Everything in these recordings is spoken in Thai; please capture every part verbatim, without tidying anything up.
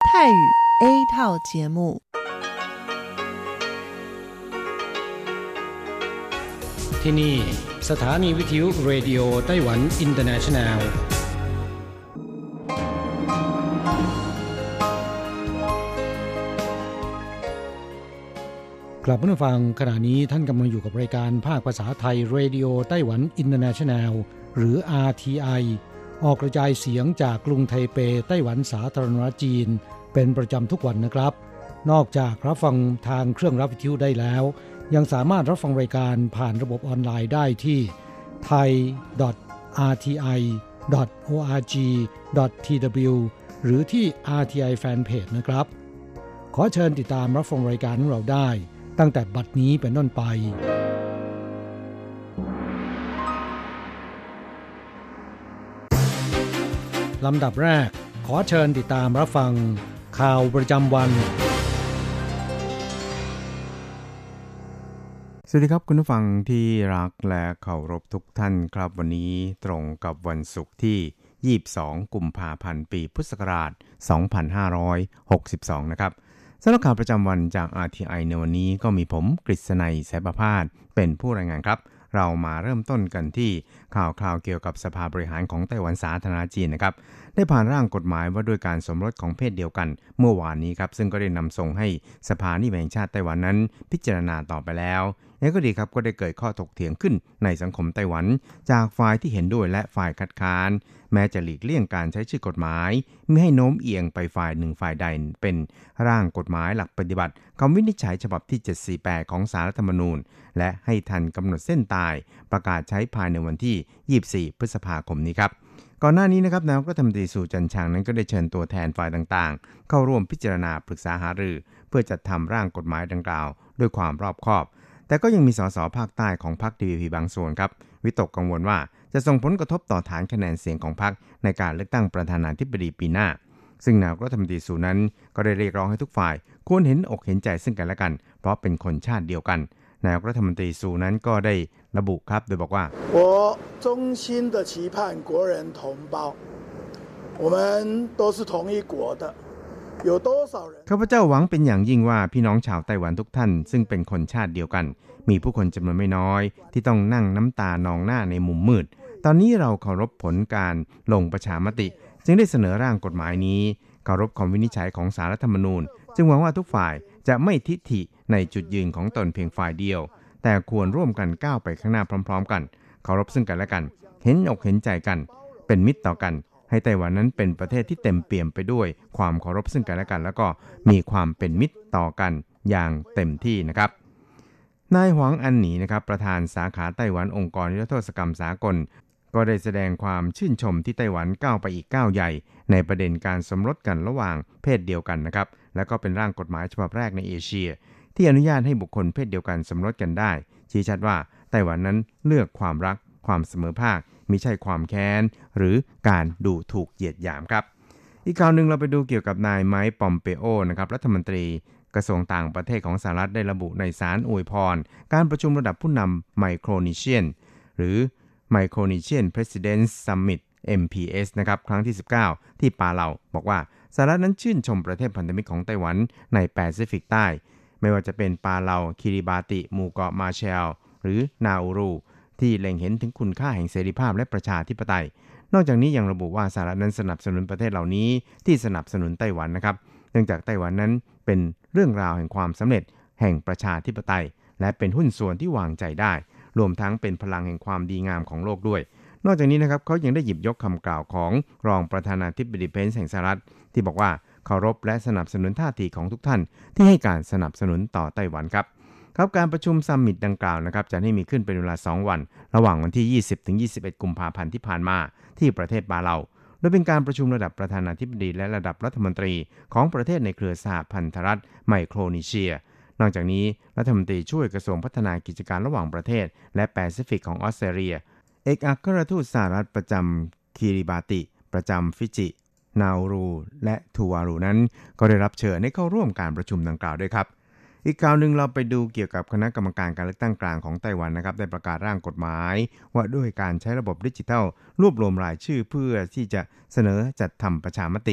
泰语 A 套节目ที่นี่สถานีวิทยุเรดิโอไต้หวันอินเตอร์เนชั่นแนลกลับมาฟังขณะนี้ท่านกำลังอยู่กับรายการภาคภาษาไทยเรดิโอไต้หวันอินเตอร์เนชั่นแนลหรือ อาร์ ที ไอ ออกกระจายเสียงจากกรุงไทเปไต้หวันสาธารณรัฐจีนเป็นประจำทุกวันนะครับนอกจากรับฟังทางเครื่องรับวิทยุได้แล้วยังสามารถรับฟังรายการผ่านระบบออนไลน์ได้ที่ ไทย ดอท อาร์ ที ไอ ดอท โอ อาร์ จี ดอท ที ดับเบิลยู หรือที่ อาร์ ที ไอ Fanpage นะครับขอเชิญติดตามรับฟังรายการของเราได้ตั้งแต่บัดนี้เป็นต้นไปลำดับแรกขอเชิญติดตามรับฟังข่าวประจำวันสวัสดีครับคุณผู้ฟังที่รักและเคารพทุกท่านครับวันนี้ตรงกับวันศุกร์ที่ยี่สิบสองกุมภาพันธ์ปีพุทธศักราชสองพันห้าร้อยหกสิบสองนะครับสำหรับข่าวประจำวันจาก อาร์ ที ไอ ในวันนี้ก็มีผมกฤษณัยแสนประภาสเป็นผู้รายงานครับเรามาเริ่มต้นกันที่ข่าวคราวเกี่ยวกับสภาบริหารของไต้หวันสาธารณรัฐจีนนะครับได้ผ่านร่างกฎหมายว่าด้วยการสมรสของเพศเดียวกันเมื่อวานนี้ครับซึ่งก็ได้นำส่งให้สภานิติบัญญัติแห่งชาติไต้หวันนั้นพิจารณาต่อไปแล้วนี่ก็ดีครับก็ได้เกิดข้อถกเถียงขึ้นในสังคมไต้หวันจากฝ่ายที่เห็นด้วยและฝ่ายคัดค้านแม้จะหลีกเลี่ยงการใช้ชื่อกฎหมายไม่ให้โน้มเอียงไปฝ่ายหนึ่งฝ่ายใดเป็นร่างกฎหมายหลักปฏิบัติคำวินิจฉัยฉบับที่เจ็ดร้อยสี่สิบแปดของศาลรัฐธรรมนูญและให้ทันกำหนดเส้นตายประกาศใช้ภายในวันที่ยี่สิบสี่พฤษภาคมนี้ครับก่อนหน้านี้นะครับนายกรัฐมนตรีสู่จันชางนั้นก็ได้เชิญตัวแทนฝ่ายต่างๆเข้าร่วมพิจารณาปรึกษาหารือเพื่อจัดทำร่างกฎหมายดังกล่าวด้วยความรอบคอบแต่ก็ยังมีสสภาคใต้ของพรรค ที วี พี บางส่วนครับวิตกกังวลว่าจะส่งผลกระทบต่อฐานคะแนนเสียงของพรรคในการเลือกตั้งประธานาธิบดีปีหน้าซึ่งนายกรัฐมนตรีสู่นั้นก็ได้เรียกร้องให้ทุกฝ่ายควรเห็นอกเห็นใจซึ่งกันและกันเพราะเป็นคนชาติเดียวกันนายกรัฐมนตรีสู่นั้นก็ได้ระบุครับโดยบอกว่า我衷心的期盼国人同胞我们都是同一国的ข้าพเจ้าหวังเป็นอย่างยิ่งว่าพี่น้องชาวไต้หวันทุกท่านซึ่งเป็นคนชาติเดียวกันมีผู้คนจำนวนไม่น้อยที่ต้องนั่งน้ำตานองหน้าในมุมมืดตอนนี้เราเคารพผลการลงประชามติจึงได้เสนอร่างกฎหมายนี้เคารพคำวินิจฉัยของศาลรัฐธรรมนูญจึงหวังว่าทุกฝ่ายจะไม่ทิฐิในจุดยืนของตนเพียงฝ่ายเดียวแต่ควรร่วมกันก้าวไปข้างหน้าพร้อมๆกันเคารพซึ่งกันและกันเห็นอกเห็นใจกันเป็นมิตรต่อกันให้ไต้หวันนั้นเป็นประเทศที่เต็มเปี่ยมไปด้วยความเคารพซึ่งกันและกันแล้วก็มีความเป็นมิตรต่อกันอย่างเต็มที่นะครับนายหวังอันหนีนะครับประธานสาขาไต้หวันองค์กรนิรโทษกรรมสากลก็ได้แสดงความชื่นชมที่ไต้หวันก้าวไปอีกก้าวใหญ่ในประเด็นการสมรสกันระหว่างเพศเดียวกันนะครับและก็เป็นร่างกฎหมายฉบับแรกในเอเชียที่อนุญาตให้บุคคลเพศเดียวกันสมรสกันได้ชี้ชัดว่าไต้หวันนั้นเลือกความรักความเสมอภาคมิใช่ความแค้นหรือการดูถูกเหยียดหยามครับอีกข่าวหนึ่งเราไปดูเกี่ยวกับนายไมค์ปอมเปโอนะครับรัฐมนตรีกระทรวงต่างประเทศของสหรัฐได้ระบุในสารอวยพรการประชุมระดับผู้นำไมโครนีเชียนหรือ Micronesian Presidents Summit เอ็ม พี เอส นะครับครั้งที่สิบเก้าที่ปาเลาบอกว่าสหรัฐนั้นชื่นชมประเทศพันธมิตรของไต้หวันในแปซิฟิกใต้ไม่ว่าจะเป็นปาเลาคิริบาติหมู่เกาะมาร์แชลหรือนาอูรูที่เล็งเห็นถึงคุณค่าแห่งเสรีภาพและประชาธิปไตยนอกจากนี้ยังระบุว่าสหรัฐนั้นสนับสนุนประเทศเหล่านี้ที่สนับสนุนไต้หวันนะครับเนื่องจากไต้หวันนั้นเป็นเรื่องราวแห่งความสำเร็จแห่งประชาธิปไตยและเป็นหุ้นส่วนที่วางใจได้รวมทั้งเป็นพลังแห่งความดีงามของโลกด้วยนอกจากนี้นะครับเขายังได้หยิบยกคำกล่าวของรองประธานาธิบดีเพนซ์แห่งสหรัฐที่บอกว่าเคารพและสนับสนุนท่าทีของทุกท่านที่ให้การสนับสนุนต่อไต้หวันครับครับการประชุมซัมมิตดังกล่าวนะครับจะให้มีขึ้นเป็นเวลาสองวันระหว่างวันที่ยี่สิบถึงยี่สิบเอ็ดกุมภาพันธ์ที่ผ่านมาที่ประเทศปาเลาโดยเป็นการประชุมระดับประธานาธิบดีและระดับรัฐมนตรีของประเทศในเครือสหพันธรัฐไมโครนีเซียนอกจากนี้รัฐมนตรีช่วยกระทรวงพัฒนากิจการระหว่างประเทศและแปซิฟิกของออสเตรเลียเอกอัครทูตสหรัฐประจำคิริบาติประจำฟิจินาอูรูและทูวารูนั้นก็ได้รับเชิญให้เข้าร่วมการประชุมดังกล่าวด้วยครับอีกข่าวหนึ่งเราไปดูเกี่ยวกับคณะกรรมการการเลือกตั้งกลางของไต้หวันนะครับได้ประกาศร่างกฎหมายว่าด้วยการใช้ระบบดิจิทัลรวบรวมรายชื่อเพื่อที่จะเสนอจัดทำประชามติ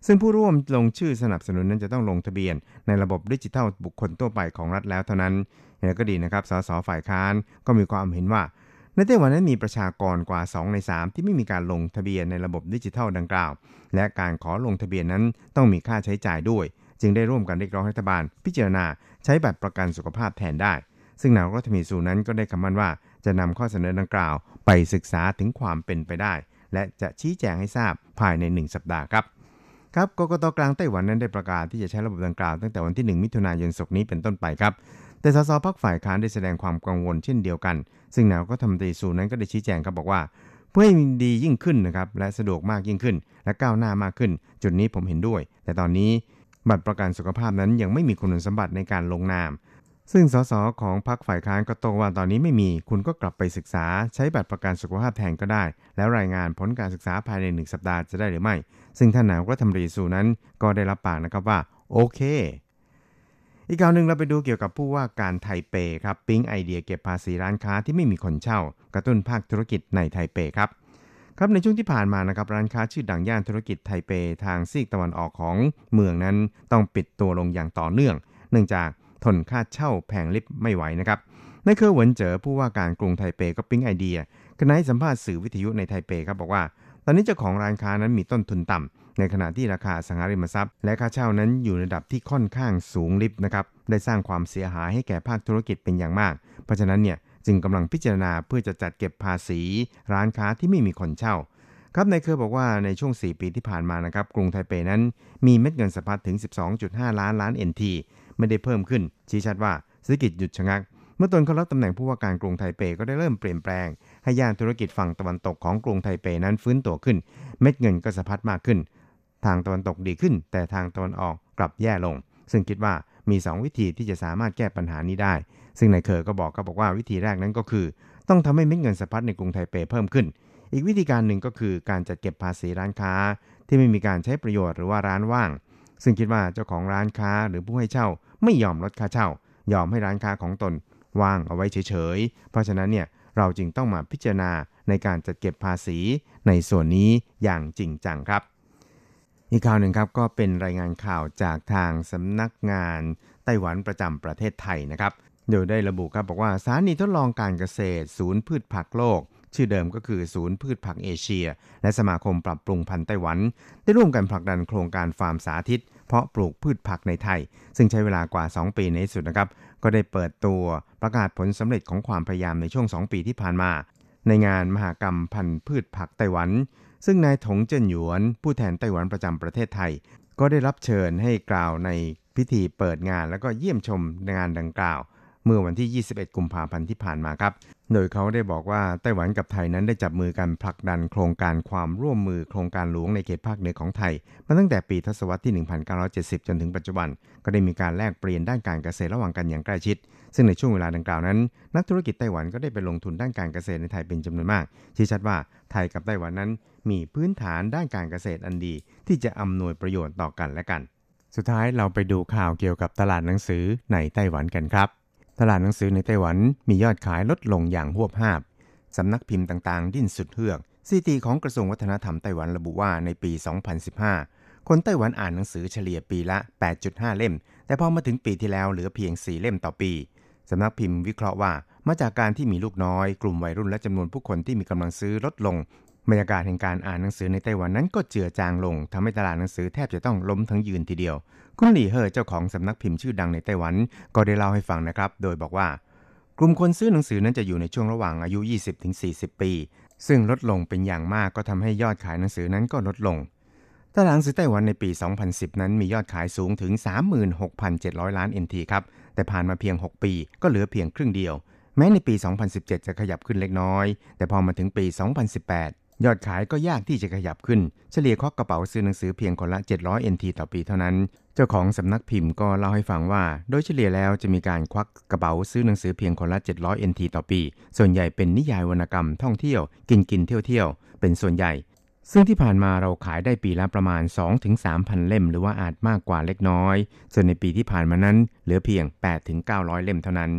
ซึ่งผู้ร่วมลงชื่อสนับสนุนนั้นจะต้องลงทะเบียนในระบบดิจิทัลบุคคลทั่วไปของรัฐแล้วเท่านั้นอย่างไรก็ดีนะครับสสฝ่ายค้านก็มีความเห็นว่าในไต้หวันนั้นมีประชากรกว่าสองในสามที่ไม่มีการลงทะเบียนในระบบดิจิทัลดังกล่าวและการขอลงทะเบียนนั้นต้องมีค่าใช้จ่ายด้วยจึงได้ร่วมกันเรียกร้องให้รัฐบาลพิจารณาใช้บัตรประกันสุขภาพแทนได้ซึ่งนายกรัฐมนตรีซูนั้นก็ได้คำมั่นว่าจะนำข้อเสนอดังกล่าวไปศึกษาถึงความเป็นไปได้และจะชี้แจงให้ทราบภายในหนึ่งสัปดาห์ครับครับกกต.กลางไต้หวันนั้นได้ประกาศที่จะใช้ระบบดังกล่าวตั้งแต่วันที่หนึ่งมิถุนายนศกนี้เป็นต้นไปครับแต่สสพรรคฝ่ายค้านได้แสดงความกังวลเช่นเดียวกันซึ่งนายกรัฐมนตรีซูนั้นก็ได้ชี้แจงครับบอกว่าเพื่อให้ดียิ่งขึ้นนะครับและสะดวกมากยิ่งขึ้นและก้าวหน้ามากขึ้นจุดนี้ผมเห็นด้วยแต่ตอนนี้บัตรประกันสุขภาพนั้นยังไม่มีคุณสมบัติในการลงนามซึ่งสสของพรรคฝ่ายค้านก็โต้ว่าตอนนี้ไม่มีคุณก็กลับไปศึกษาใช้บัตรประกันสุขภาพแทนก็ได้แล้วรายงานผลการศึกษาภายในหนึ่งสัปดาห์จะได้หรือไม่ซึ่งท่านนายกรัฐมนตรีซูนั้นก็ได้รับปากนะครับว่าโอเคอีกข่าวหนึ่งเราไปดูเกี่ยวกับผู้ว่าการไทเปครับปิ๊งไอเดียเก็บภาษีร้านค้าที่ไม่มีคนเช่ากระตุ้นภาคธุรกิจในไทเปครับครับในช่วงที่ผ่านมานะครับร้านค้าชื่อดังย่านธุรกิจไทเปทางซีกตะวันออกของเมืองนั้นต้องปิดตัวลงอย่างต่อเนื่องเนื่องจากทนค่าเช่าแพงลิบไม่ไหวนะครับในเคอเหวินเจ๋อผู้ว่าการกรุงไทเปก็ปิ๊งไอเดียขณะให้สัมภาษณ์สื่อวิทยุในไทเปครับบอกว่าตอนนี้เจ้าของร้านค้านั้นมีต้นทุนต่ำในขณะที่ราคาอสังหาริมทรัพย์และค่าเช่านั้นอยู่ในระดับที่ค่อนข้างสูงลิบนะครับได้สร้างความเสียหายให้แก่ภาคธุรกิจเป็นอย่างมากเพราะฉะนั้นเนี่ยจึงกำลังพิจารณาเพื่อจะจัดเก็บภาษีร้านค้าที่ไม่มีคนเช่าครับในเคอบอกว่าในช่วงสี่ปีที่ผ่านมานะครับกรุงไทเปนั้นมีเม็ดเงินสะพัดถึง สิบสองจุดห้า ล้านล้าน เอ็น ที ไม่ได้เพิ่มขึ้นชี้ชัดว่าเศรษฐกิจหยุดชะงักเมื่อตนเข้ารับตำแหน่งผู้ว่าการกรุงไทเปก็ได้เริ่มเปลี่ยนแปลงให้ย่านธุรกิจฝั่งตะวันตกของกรุงไทเปนั้นฟื้นตัวขึ้นเม็ดเงินก็สะพัดมากขึ้นทางตะวันตกดีขึ้นแต่ทางตะวันออกกลับแย่ลงซึ่งคิดว่ามีสองวิธีที่จะสามารถแก้ปัญหานี้ได้ซึ่งนายเคอก็บอกก็บอกว่าวิธีแรกนั้นก็คือต้องทำให้เม็ดเงินสะพัดในกรุงไทเปเพิ่มขึ้นอีกวิธีการหนึ่งก็คือการจัดเก็บภาษีร้านค้าที่ไม่มีการใช้ประโยชน์หรือว่าร้านว่างซึ่งคิดว่าเจ้าของร้านค้าหรือผู้ให้เช่าไม่ยอมลดค่าเช่ายอมให้ร้านค้าของตนว่างเอาไว้เฉยๆเพราะฉะนั้นเนี่ยเราจึงต้องมาพิจารณาในการจัดเก็บภาษีในส่วนนี้อย่างจริงจังครับอีกข่าวหนึ่งครับก็เป็นรายงานข่าวจากทางสำนักงานไต้หวันประจำประเทศไทยนะครับโดยได้ระบุครับบอกว่าสถานีทดลองการเกษตรศูนย์พืชผักโลกชื่อเดิมก็คือศูนย์พืชผักเอเชียและสมาคมปรับปรุงพันธุ์ไต้หวันได้ร่วมกันผลักดันโครงการฟาร์มสาธิตเพาะปลูกพืชผักในไทยซึ่งใช้เวลากว่าสองปีในที่สุดนะครับก็ได้เปิดตัวประกาศผลสำเร็จของความพยายามในช่วงสองปีที่ผ่านมาในงานมหกรรมพันธุ์พืชผักไต้หวันซึ่งนายถงเจิ้นหยวนผู้แทนไต้หวันประจำประเทศไทยก็ได้รับเชิญให้กล่าวในพิธีเปิดงานแล้วก็เยี่ยมชมงานดังกล่าวเมื่อวันที่ยี่สิบเอ็ดกุมภาพันธ์ที่ผ่านมาครับโดยเขาได้บอกว่าไต้หวันกับไทยนั้นได้จับมือกันผลักดันโครงการความร่วมมือโครงการหลวงในเขตภาคเหนือของไทยมาตั้งแต่ปีทศวรรษที่หนึ่งพันเก้าร้อยเจ็ดสิบจนถึงปัจจุบันก็ได้มีการแลกเปลี่ยนด้านการเกษตรระหว่างกันอย่างใกล้ชิดซึ่งในช่วงเวลาดังกล่าวนั้นนักธุรกิจไต้หวันก็ได้ไปลงทุนด้านการเกษตรในไทยเป็นจำนวนมากชี้ชัดว่าไทยกับไต้หวันนั้นมีพื้นฐานด้านการเกษตรอันดีที่จะอำนวยประโยชน์ต่อกันและกันสุดท้ายเราไปดูข่าวเกี่ยวกับตลาดหนังสือในไต้หวันกันครับตลาดหนังสือในไต้หวันมียอดขายลดลงอย่างหวบหาบสำนักพิมพ์ต่างๆดิ้นสุดเฮือกสถิติของกระทรวงวัฒนธรรมไต้หวันระบุว่าในปี สองพันสิบห้า คนไต้หวันอ่านหนังสือเฉลี่ยปีละ แปดจุดห้า เล่มแต่พอมาถึงปีที่แล้วเหลือเพียงสี่เล่มต่อปีสำนักพิมพ์วิเคราะห์ว่ามาจากการที่มีลูกน้อยกลุ่มวัยรุ่นและจำนวนผู้คนที่มีกำลังซื้อลดลงบรรยากาศแห่งการอ่านหนังสือในไต้หวันนั้นก็เจือจางลงทำให้ตลาดหนังสือแทบจะต้องล้มทั้งยืนทีเดียวคุณหลี่เฮ่อเจ้าของสำนักพิมพ์ชื่อดังในไต้หวันก็ได้เล่าให้ฟังนะครับโดยบอกว่ากลุ่มคนซื้อหนังสือนั้นจะอยู่ในช่วงระหว่างอายุ ยี่สิบถึงสี่สิบ ปีซึ่งลดลงเป็นอย่างมากก็ทำให้ยอดขายหนังสือนั้นก็ลดลงตลาดหนังสือไต้หวันในปี สองพันสิบ นั้นมียอดขายสูงถึง สามหมื่นหกพันเจ็ดร้อย ล้าน เอ็น ที ครับแต่ผ่านมาเพียงหกปีก็เหลือเพียงครึ่งเดียวแม้ในปี สองพันสิบเจ็ด จะขยับขึ้นเล็กน้อยแต่พอมาถึงปี สองพันสิบแปด ยอดขายก็ยากที่จะขยับขึ้นเฉลี่ยควักกระเป๋าซื้อหนังสือเพียงคนละเจ็ดร้อย เอ็น ที ต่อปีเท่านั้นเจ้าของสำนักพิมพ์ก็เล่าให้ฟังว่าโดยเฉลี่ยแล้วจะมีการควักกระเป๋าซื้อหนังสือเพียงคนละเจ็ดร้อย เอ็น ที ต่อปีส่วนใหญ่เป็นนิยายวรรณกรรมท่องเที่ยวกินกินเที่ยวเที่ยวเป็นส่วนใหญ่ซึ่งที่ผ่านมาเราขายได้ปีละประมาณ สองถึงสามพัน เล่มหรือว่าอาจมากกว่าเล็กน้อยส่วนในปีที่ผ่านมานั้นเหลือเพียง แปดถึงเก้าร้อย เล่มเท่านั้น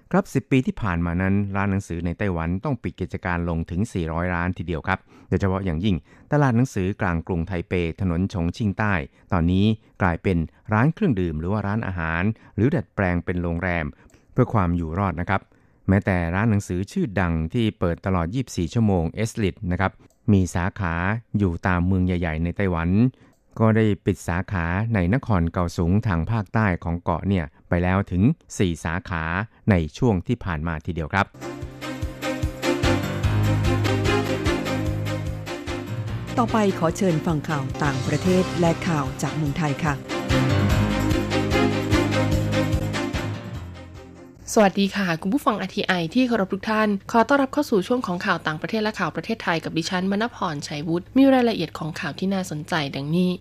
ครับสิบปีที่ผ่านมานั้นร้านหนังสือในไต้หวันต้องปิดกิจการลงถึงสี่ร้อยร้านทีเดียวครับโดยเฉพาะอย่างยิ่งตลาดหนังสือกลางกรุงไทเปถนนฉงชิ่งใต้ตอนนี้กลายเป็นร้านเครื่องดื่มหรือว่าร้านอาหารหรือดัดแปลงเป็นโรงแรมเพื่อความอยู่รอดนะครับแม้แต่ร้านหนังสือชื่อดังที่เปิดตลอดยี่สิบสี่ชั่วโมงเอสลิดนะครับมีสาขาอยู่ตามเมืองใหญ่ๆในไต้หวันก็ได้ปิดสาขาในนครเกาสุงทางภาคใต้ของเกาะเนี่ยไปแล้วถึงสี่สาขาในช่วงที่ผ่านมาทีเดียวครับต่อไปขอเชิญฟังข่าวต่างประเทศและข่าวจากเมืองไทยค่ะสวัสดีค่ะคุณผู้ฟัง อาร์ ที ไอ ที่เคารพทุกท่านขอต้อนรับเข้าสู่ช่วงของข่าวต่างประเทศและข่าวประเทศไทยกับดิฉันมณพรชัยวุฒิมีรายละเอียดของข่าวที่น่าสนใจดังนี้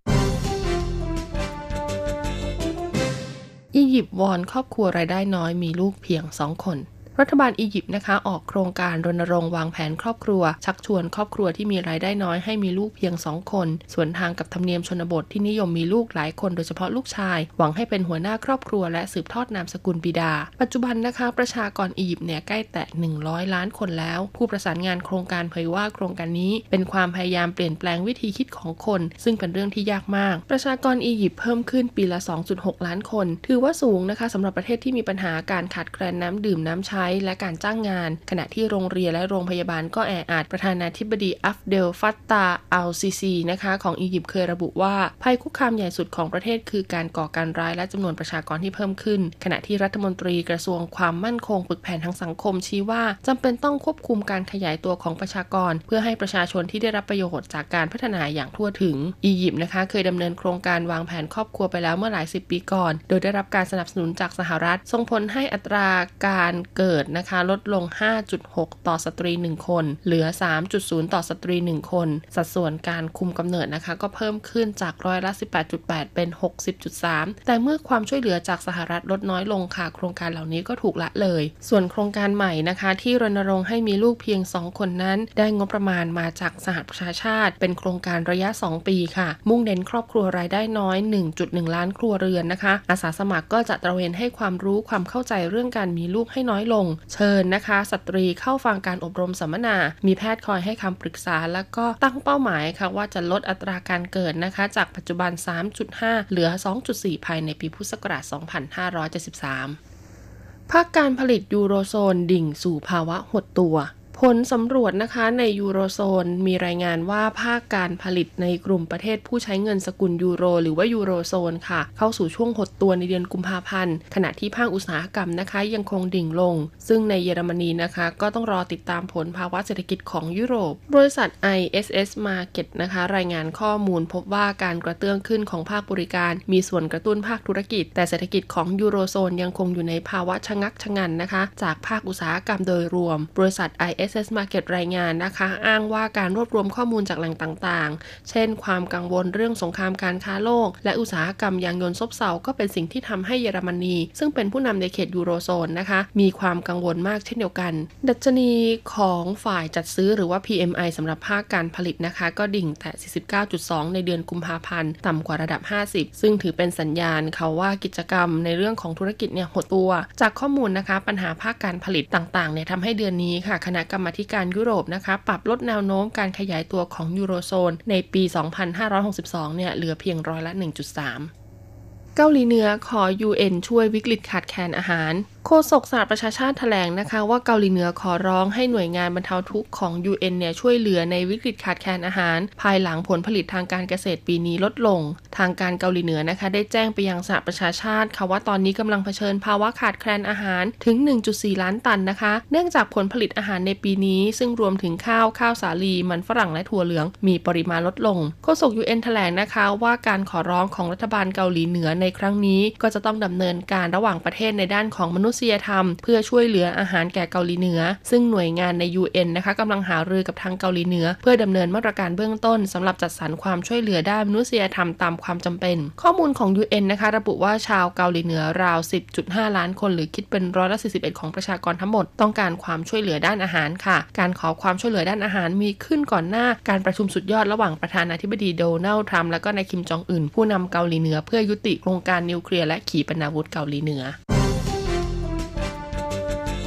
อียิปต์วอนครอบครัวรายได้น้อยมีลูกเพียงสองคนรัฐบาลอียิปต์นะคะออกโครงการรณรงค์วางแผนครอบครัวชักชวนครอบครัวที่มีรายได้น้อยให้มีลูกเพียงสองคนสวนทางกับธรรมเนียมชนบทที่นิยมมีลูกหลายคนโดยเฉพาะลูกชายหวังให้เป็นหัวหน้าครอบครัวและสืบทอดนามสกุลบิดาปัจจุบันนะคะประชากรอียิปต์เนี่ยใกล้แตะหนึ่งร้อยล้านคนแล้วผู้ประสานงานโครงการเผยว่าโครงการนี้เป็นความพยายามเปลี่ยนแปลงวิธีคิดของคนซึ่งเป็นเรื่องที่ยากมากประชากรอียิปต์เพิ่มขึ้นปีละ สองจุดหกล้านคนถือว่าสูงนะคะสำหรับประเทศที่มีปัญหาการขาดแคลนน้ำดื่มน้ำใช้และการจ้างงานขณะที่โรงเรียนและโรงพยาบาลก็แออัดประธานาธิบดีอัฟเดลฟัตตาอัลซิซีนะคะของอียิปต์เคยระบุว่าภัยคุกคามใหญ่สุดของประเทศคือการก่อการร้ายและจำนวนประชากรที่เพิ่มขึ้นขณะที่รัฐมนตรีกระทรวงความมั่นคงปึกแผ่นทางสังคมชี้ว่าจำเป็นต้องควบคุมการขยายตัวของประชากรเพื่อให้ประชาชนที่ได้รับประโยชน์จากการพัฒนาอย่างทั่วถึงอียิปต์นะคะเคยดำเนินโครงการวางแผนครอบครัวไปแล้วเมื่อหลายสิบปีก่อนโดยได้รับการสนับสนุนจากสหรัฐส่งผลให้อัตราการเกิดนะคะลดลง ห้าจุดหก ต่อสตรีหนึ่งคนเหลือ สามจุดศูนย์ ต่อสตรีหนึ่งคนสัดส่วนการคุมกำเนิดนะคะก็เพิ่มขึ้นจากร้อยละ สิบแปดจุดแปด เป็น หกสิบจุดสาม แต่เมื่อความช่วยเหลือจากสหรัฐลดน้อยลงค่ะโครงการเหล่านี้ก็ถูกละเลยส่วนโครงการใหม่นะคะที่รณรงค์ให้มีลูกเพียงสองคนนั้นได้งบประมาณมาจากสหประชาชาติเป็นโครงการระยะสองปีค่ะมุ่งเน้นครอบครัวรายได้น้อย หนึ่งจุดหนึ่ง ล้านครัวเรือนนะคะอาสาสมัครก็จะตระเวนให้ความรู้ความเข้าใจเรื่องการมีลูกให้น้อยลงเชิญนะคะสตรีเข้าฟังการอบรมสัมมนามีแพทย์คอยให้คำปรึกษาแล้วก็ตั้งเป้าหมายค่ะว่าจะลดอัตราการเกิดนะคะจากปัจจุบัน สามจุดห้า เหลือ สองจุดสี่ ภายในปีพุทธศักราช สองพันห้าร้อยเจ็ดสิบสาม ภาคการผลิตยูโรโซนดิ่งสู่ภาวะหดตัวผลสำรวจนะคะในยูโรโซนมีรายงานว่าภาคการผลิตในกลุ่มประเทศผู้ใช้เงินสกุลยูโรหรือว่ายูโรโซนค่ะเข้าสู่ช่วงหดตัวในเดือนกุมภาพันธ์ขณะที่ภาคอุตสาหกรรมนะคะยังคงดิ่งลงซึ่งในเยอรมนีนะคะก็ต้องรอติดตามผลภาวะเศรษฐกิจของยุโรปบริษัท ไอ เอส เอส Market นะคะรายงานข้อมูลพบว่าการกระเตื้องขึ้นของภาคบริการมีส่วนกระตุ้นภาคธุรกิจแต่เศรษฐกิจของยูโรโซนยังคงอยู่ในภาวะชะงักชะงันนะคะจากภาคอุตสาหกรรมโดยรวมบริษัท ไอ เอส เอส Marketรายงานนะคะอ้างว่าการรวบรวมข้อมูลจากแหล่งต่างๆเช่นความกังวลเรื่องสงครามการค้าโลกและอุตสาหกรรมยางยนต์ซบเซาก็เป็นสิ่งที่ทำให้เยอรมนีซึ่งเป็นผู้นำในเขตยูโรโซนนะคะมีความกังวลมากเช่นเดียวกันดัชนีของฝ่ายจัดซื้อหรือว่า พี เอ็ม ไอ สำหรับภาคการผลิตนะคะก็ดิ่งแต่ สี่สิบเก้าจุดสอง ในเดือนกุมภาพันธ์ต่ำกว่าระดับห้าสิบซึ่งถือเป็นสัญญาณเขาว่ากิจกรรมในเรื่องของธุรกิจเนี่ยหดตัวจากข้อมูลนะคะปัญหาภาคการผลิตต่างๆเนี่ยทำให้เดือนนี้ค่ะคณะกรรมาธิการยุโรปนะคะปรับลดแนวโน้มการขยายตัวของยูโรโซนในปี สองพันห้าร้อยหกสิบสอง เนี่ยเหลือเพียงร้อยละ หนึ่งจุดสาม เกาหลีเหนือขอ ยู เอ็น ช่วยวิกฤตขาดแคลนอาหารโฆษกสหประชาชาติแถลงนะคะว่าเกาหลีเหนือขอร้องให้หน่วยงานบรรเทาทุกข์ของ ยู เอ็น เนี่ยช่วยเหลือในวิกฤตขาดแคลนอาหารภายหลังผลผลิตทางการเกษตรปีนี้ลดลงทางการเกาหลีเหนือนะคะได้แจ้งไปยังสหประชาชาติค่ะว่าตอนนี้กำลังเผชิญภาวะขาดแคลนอาหารถึง หนึ่งจุดสี่ ล้านตันนะคะเนื่องจากผลผลิตอาหารในปีนี้ซึ่งรวมถึงข้าวข้าวสาลีมันฝรั่งและถั่วเหลืองมีปริมาณลดลงโฆษก ยู เอ็น แถลงนะคะว่าการขอร้องของรัฐบาลเกาหลีเหนือในครั้งนี้ก็จะต้องดำเนินการระหว่างประเทศในด้านของมนุษยธรรมเพื่อช่วยเหลืออาหารแก่เกาหลีเหนือซึ่งหน่วยงานใน ยู เอ็น นะคะกำลังหารือกับทางเกาหลีเหนือเพื่อดำเนินมาตรการเบื้องต้นสำหรับจัดสรรความช่วยเหลือด้านมนุษยธรรมตามความจำเป็นข้อมูลของ ยู เอ็น นะคะระบุว่าชาวเกาหลีเหนือราว สิบจุดห้า ล้านคนหรือคิดเป็นร้อยละสี่สิบเอ็ดของประชากรทั้งหมดต้องการความช่วยเหลือด้านอาหารค่ะการขอความช่วยเหลือด้านอาหารมีขึ้นก่อนหน้าการประชุมสุดยอดระหว่างประธานาธิบดีโดนัลด์ทรัมป์และก็นายคิมจองอึนผู้นำเกาหลีเหนือเพื่อยุติโครงการนิวเคลียร์และขีปนาวุธเกาหลีเหนือ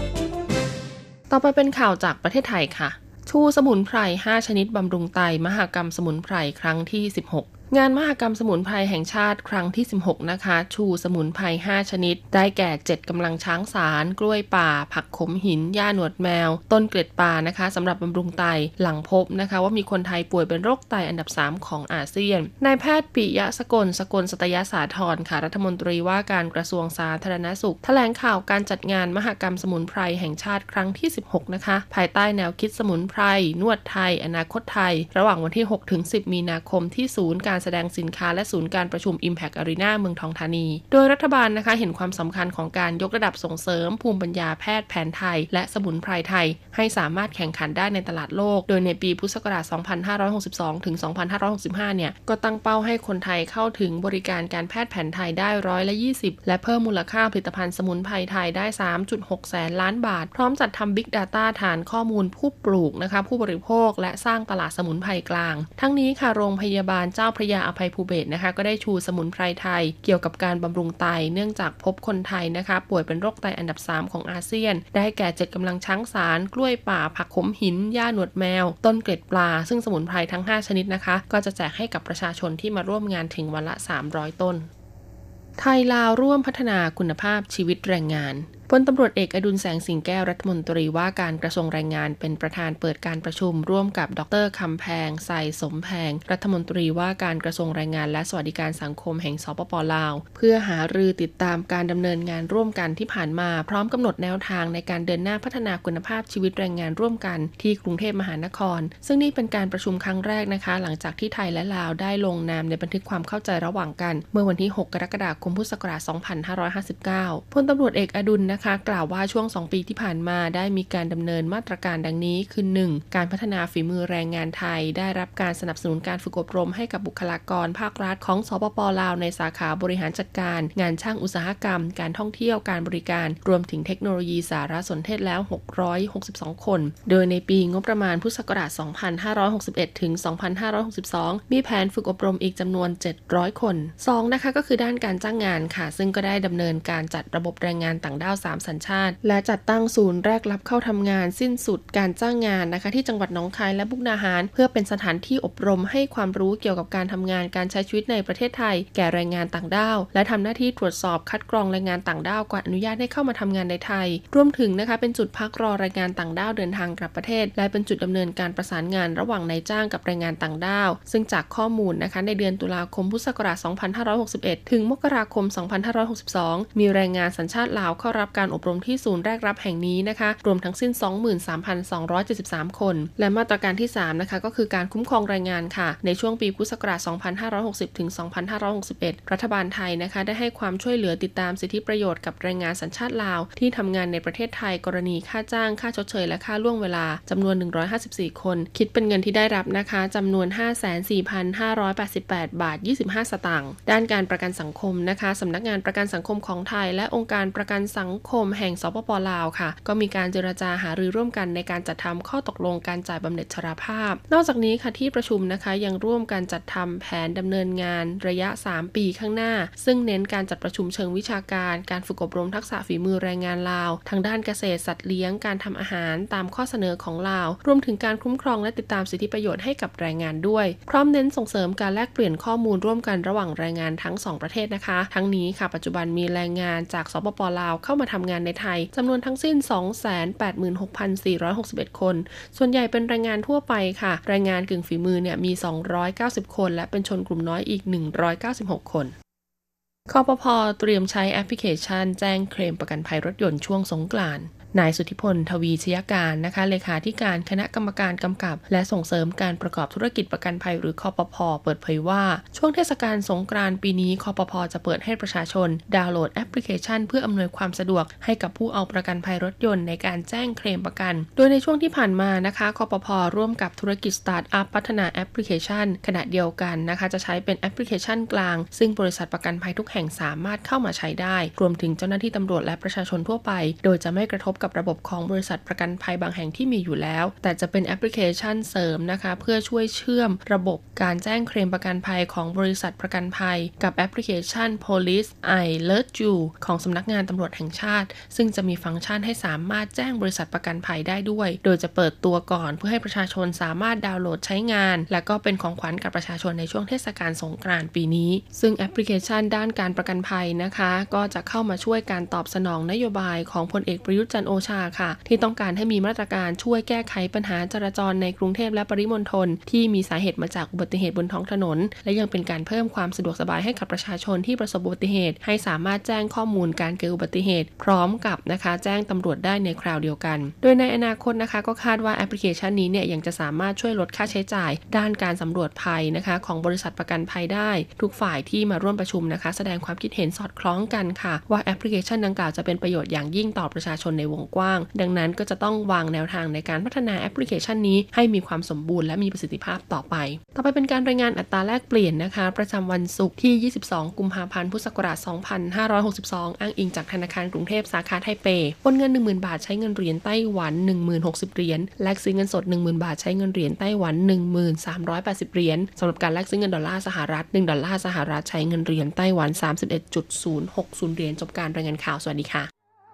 ต่อไปเป็นข่าวจากประเทศไทยค่ะชูสมุนไพรห้าชนิดบำรุงไตมหกรรมสมุนไพรครั้งที่สิบหกงานมหกรรมสมุนไพรแห่งชาติครั้งที่สิบหกนะคะชูสมุนไพรห้าชนิดได้แก่เจ็ดกำลังช้างสารกล้วยป่าผักขมหินหญ้าหนวดแมวต้นเกล็ดปลานะคะสำหรับบำรุงไตหลังพบนะคะว่ามีคนไทยป่วยเป็นโรคไตอันดับสามของอาเซียนนายแพทย์ปิยะสกลสกลสัตยสาธรค่ะรัฐมนตรีว่าการกระทรวงสาธารณสุขแถลงข่าวการจัดงานมหกรรมสมุนไพรแห่งชาติครั้งที่สิบหกนะคะภายใต้แนวคิดสมุนไพรนวดไทยอนาคตไทยระหว่างวันที่หกถึงสิบมีนาคมที่ศูนย์การแสดงสินค้าและศูนย์การประชุม Impact Arena เมืองทองธานีโดยรัฐบาลนะคะเห็นความสำคัญของการยกระดับส่งเสริมภูมิปัญญาแพทย์แผนไทยและสมุนไพรไทยให้สามารถแข่งขันได้ในตลาดโลกโดยในปีพุทธศักราชสองพันห้าร้อยหกสิบสองถึงสองพันห้าร้อยหกสิบห้าเนี่ยก็ตั้งเป้าให้คนไทยเข้าถึงบริการการแพทย์แผนไทยได้ร้อยละยี่สิบและเพิ่มมูลค่าผลิตภัณฑ์สมุนไพรไทยได้ สามจุดหก แสนล้านบาทพร้อมจัดทำ Big Data ฐานข้อมูลผู้ปลูกนะคะผู้บริโภคและสร้างตลาดสมุนไพรกลางทั้งนี้ค่ะโรงพยาบาลเจ้าพระยาอภัยภูเบศรนะคะก็ได้ชูสมุนไพรไทยเกี่ยวกับการบำรุงไตเนื่องจากพบคนไทยนะคะป่วยเป็นโรคไตอันดับสามของอาเซียนได้แก่เจ็ดกำลังช้างสารกล้วยป่าผักขมหินหญ้าหนวดแมวต้นเกล็ดปลาซึ่งสมุนไพรทั้งห้าชนิดนะคะก็จะแจกให้กับประชาชนที่มาร่วมงานถึงวันละสามร้อยต้นไทยลาวร่วมพัฒนาคุณภาพชีวิตแรงงานพลตำรวจเอกอดุลแสงสิงแก้วรัฐมนตรีว่าการกระทรวงแรงงานเป็นประธานเปิดการประชุมร่วมกับดร.คำแพงไสสมแพงรัฐมนตรีว่าการกระทรวงแรงงานและสวัสดิการสังคมแห่งสปป.ลาวเพื่อหารือติดตามการดำเนินงานร่วมกันที่ผ่านมาพร้อมกำหนดแนวทางในการเดินหน้าพัฒนาคุณภาพชีวิตแรงงานร่วมกันที่กรุงเทพมหานครซึ่งนี่เป็นการประชุมครั้งแรกนะคะหลังจากที่ไทยและลาวได้ลงนามในบันทึกความเข้าใจระหว่างกันเมื่อวันที่หกกรกฎาคมพุทธศักราชสองพันห้าร้อยห้าสิบเก้าพลตำรวจเอกอดุลนะคะกล่าวว่าช่วงสองปีที่ผ่านมาได้มีการดำเนินมาตรการดังนี้คือ หนึ่ง การพัฒนาฝีมือแรงงานไทยได้รับการสนับสนุนการฝึกอบรมให้กับบุคลากรภาครัฐของสปป.ลาวในสาขาบริหารจัดการงานช่างอุตสาหกรรมการท่องเที่ยวการบริการรวมถึงเทคโนโลยีสารสนเทศแล้วหกร้อยหกสิบสองคนโดยในปีงบประมาณพุทธศักราชสองพันห้าร้อยหกสิบเอ็ดถึงสองพันห้าร้อยหกสิบสองมีแผนฝึกอบรมอีกจำนวนเจ็ดร้อยคนสองนะคะก็คือด้านการจ้างงานค่ะซึ่งก็ได้ดำเนินการจัดระบบแรงงานต่างด้าวสามสัญชาติและจัดตั้งศูนย์แรกรับเข้าทำงานสิ้นสุดการจ้างงานนะคะที่จังหวัดหนองคายและมุกดาหารเพื่อเป็นสถานที่อบรมให้ความรู้เกี่ยวกับการทำงานการใช้ชีวิตในประเทศไทยแก่แรงงานต่างด้าวและทำหน้าที่ตรวจสอบคัดกรองแรงงานต่างด้าวก่อนอนุญาตให้เข้ามาทำงานในไทยรวมถึงนะคะเป็นจุดพักรอแรงงานต่างด้าวเดินทางกลับประเทศและเป็นจุดดำเนินการประสานงานระหว่างนายจ้างกับแรงงานต่างด้าวซึ่งจากข้อมูลนะคะในเดือนตุลาคมพุทธศักราชสองพันห้าร้อยหกสิบเอ็ดถึงมกราคมสองพันห้าร้อยหกสิบสองมีแรงงานสัญชาติลาวเข้ารับการอบรมที่ศูนย์แรกรับแห่งนี้นะคะรวมทั้งสิ้น สองหมื่นสามพันสองร้อยเจ็ดสิบสาม คนและมาตรการที่สามนะคะก็คือการคุ้มครองแรงงานค่ะในช่วงปีพุทธศักราชสองพันห้าร้อยหกสิบถึงสองพันห้าร้อยหกสิบเอ็ดรัฐบาลไทยนะคะได้ให้ความช่วยเหลือติดตามสิทธิประโยชน์กับแรงงานสัญชาติลาวที่ทำงานในประเทศไทยกรณีค่าจ้างค่าชดเชยและค่าล่วงเวลาจำนวนหนึ่งร้อยห้าสิบสี่คนคิดเป็นเงินที่ได้รับนะคะจำนวน ห้าแสนสี่พันห้าร้อยแปดสิบแปด บาทยี่สิบห้าสตางค์ด้านการประกันสังคมนะคะสำนักงานประกันสังคมของไทยและองค์การประกันสังคมแห่งสปป.ลาวค่ะก็มีการเจรจาหารือร่วมกันในการจัดทำข้อตกลงการจ่ายบำเหน็จชราภาพนอกจากนี้ค่ะที่ประชุมนะคะยังร่วมกันจัดทำแผนดำเนินงานระยะสามปีข้างหน้าซึ่งเน้นการจัดประชุมเชิงวิชาการการฝึกอบรมทักษะฝีมือแรงงานลาวทางด้านเกษตรสัตว์เลี้ยงการทำอาหารตามข้อเสนอของลาวรวมถึงการคุ้มครองและติดตามสิทธิประโยชน์ให้กับแรงงานด้วยพร้อมเน้นส่งเสริมการแลกเปลี่ยนข้อมูลร่วมกันระหว่างแรงงานทั้งสองประเทศนะคะทั้งนี้ค่ะปัจจุบันมีแรงงานจากสปป.ลาวเข้ามาทำงานในไทยจำนวนทั้งสิ้น สองแสนแปดหมื่นหกพันสี่ร้อยหกสิบเอ็ด คนส่วนใหญ่เป็นแรงงานทั่วไปค่ะแรงงานกึ่งฝีมือเนี่ยมีสองร้อยเก้าสิบคนและเป็นชนกลุ่มน้อยอีกหนึ่งร้อยเก้าสิบหกคนคปภ.เตรียมใช้แอปพลิเคชันแจ้งเคลมประกันภัยรถยนต์ช่วงสงกรานต์นายสุทธิพลทวีชยการนะคะเลขาธิการคณะกรรมการกำกับและส่งเสริมการประกอบธุรกิจประกันภัยหรือคปภ.เปิดเผยว่าช่วงเทศกาลสงกรานต์ปีนี้คปภ.จะเปิดให้ประชาชนดาวน์โหลดแอปพลิเคชันเพื่ออำนวยความสะดวกให้กับผู้เอาประกันภัยรถยนต์ในการแจ้งเคลมประกันโดยในช่วงที่ผ่านมานะคะคปภ.ร่วมกับธุรกิจสตาร์ทอัพพัฒนาแอปพลิเคชันขณะเดียวกันนะคะจะใช้เป็นแอปพลิเคชันกลางซึ่งบริษัทประกันภัยทุกแห่งสามารถเข้ามาใช้ได้รวมถึงเจ้าหน้าที่ตำรวจและประชาชนทั่วไปโดยจะไม่กระทบกับระบบของบริษัทประกันภัยบางแห่งที่มีอยู่แล้วแต่จะเป็นแอปพลิเคชันเสริมนะคะเพื่อช่วยเชื่อมระบบการแจ้งเคลมประกันภัยของบริษัทประกันภัยกับแอปพลิเคชัน Police I Alert You ของสำนักงานตำรวจแห่งชาติซึ่งจะมีฟังก์ชันให้สามารถแจ้งบริษัทประกันภัยได้ด้วยโดยจะเปิดตัวก่อนเพื่อให้ประชาชนสามารถดาวน์โหลดใช้งานและก็เป็นของขวัญกับประชาชนในช่วงเทศกาลสงกรานต์ปีนี้ซึ่งแอปพลิเคชันด้านการประกันภัยนะคะก็จะเข้ามาช่วยการตอบสนองนโยบายของพลเอกประยุทธ์จันทร์โอชาค่ะที่ต้องการให้มีมาตรการช่วยแก้ไขปัญหาจราจรในกรุงเทพและปริมณฑลที่มีสาเหตุมาจากอุบัติเหตุบนท้องถนนและยังเป็นการเพิ่มความสะดวกสบายให้กับประชาชนที่ประสบอุบัติเหตุให้สามารถแจ้งข้อมูลการเกิดอุบัติเหตุพร้อมกับนะคะแจ้งตำรวจได้ในคราวเดียวกันโดยในอนาคตนะคะก็คาดว่าแอปพลิเคชันนี้เนี่ยยังจะสามารถช่วยลดค่าใช้จ่ายด้านการสำรวจภัยนะคะของบริษัทประกันภัยได้ทุกฝ่ายที่มาร่วมประชุมนะคะแสดงความคิดเห็นสอดคล้องกันค่ะว่าแอปพลิเคชันดังกล่าวจะเป็นประโยชน์อย่างยิ่งต่อประชาชนในวงกว้างดังนั้นก็จะต้องวางแนวทางในการพัฒนาแอปพลิเคชันนี้ให้มีความสมบูรณ์และมีประสิทธิภาพต่อไปต่อไปเป็นการรายงานอัตราแลกเปลี่ยนนะคะประจำวันศุกร์ที่ยี่สิบสองกุมภาพันธ์พุทธศักราชสองพันห้าร้อยหกสิบสองอ้างอิงจากธนาคารกรุงเทพสาขาไทเปโอนเงิน หนึ่งหมื่น บาทใช้เงินเหรียญไต้หวัน หนึ่งหมื่นหกสิบ เหรียญแลกซื้อเงินสด หนึ่งหมื่น บาทใช้เงินเหรียญไต้หวัน หนึ่งหมื่นสามร้อยแปดสิบ เหรียญสำหรับการแลกซื้อเงินดอลลาร์สหรัฐหนึ่งดอลลาร์สหรัฐใช้เงินเหรียญไต้หวัน สามสิบเอ็ดจุดศูนย์หกศูนย์ เหรียญจบการรายงานข่าวสวัสดีค่ะ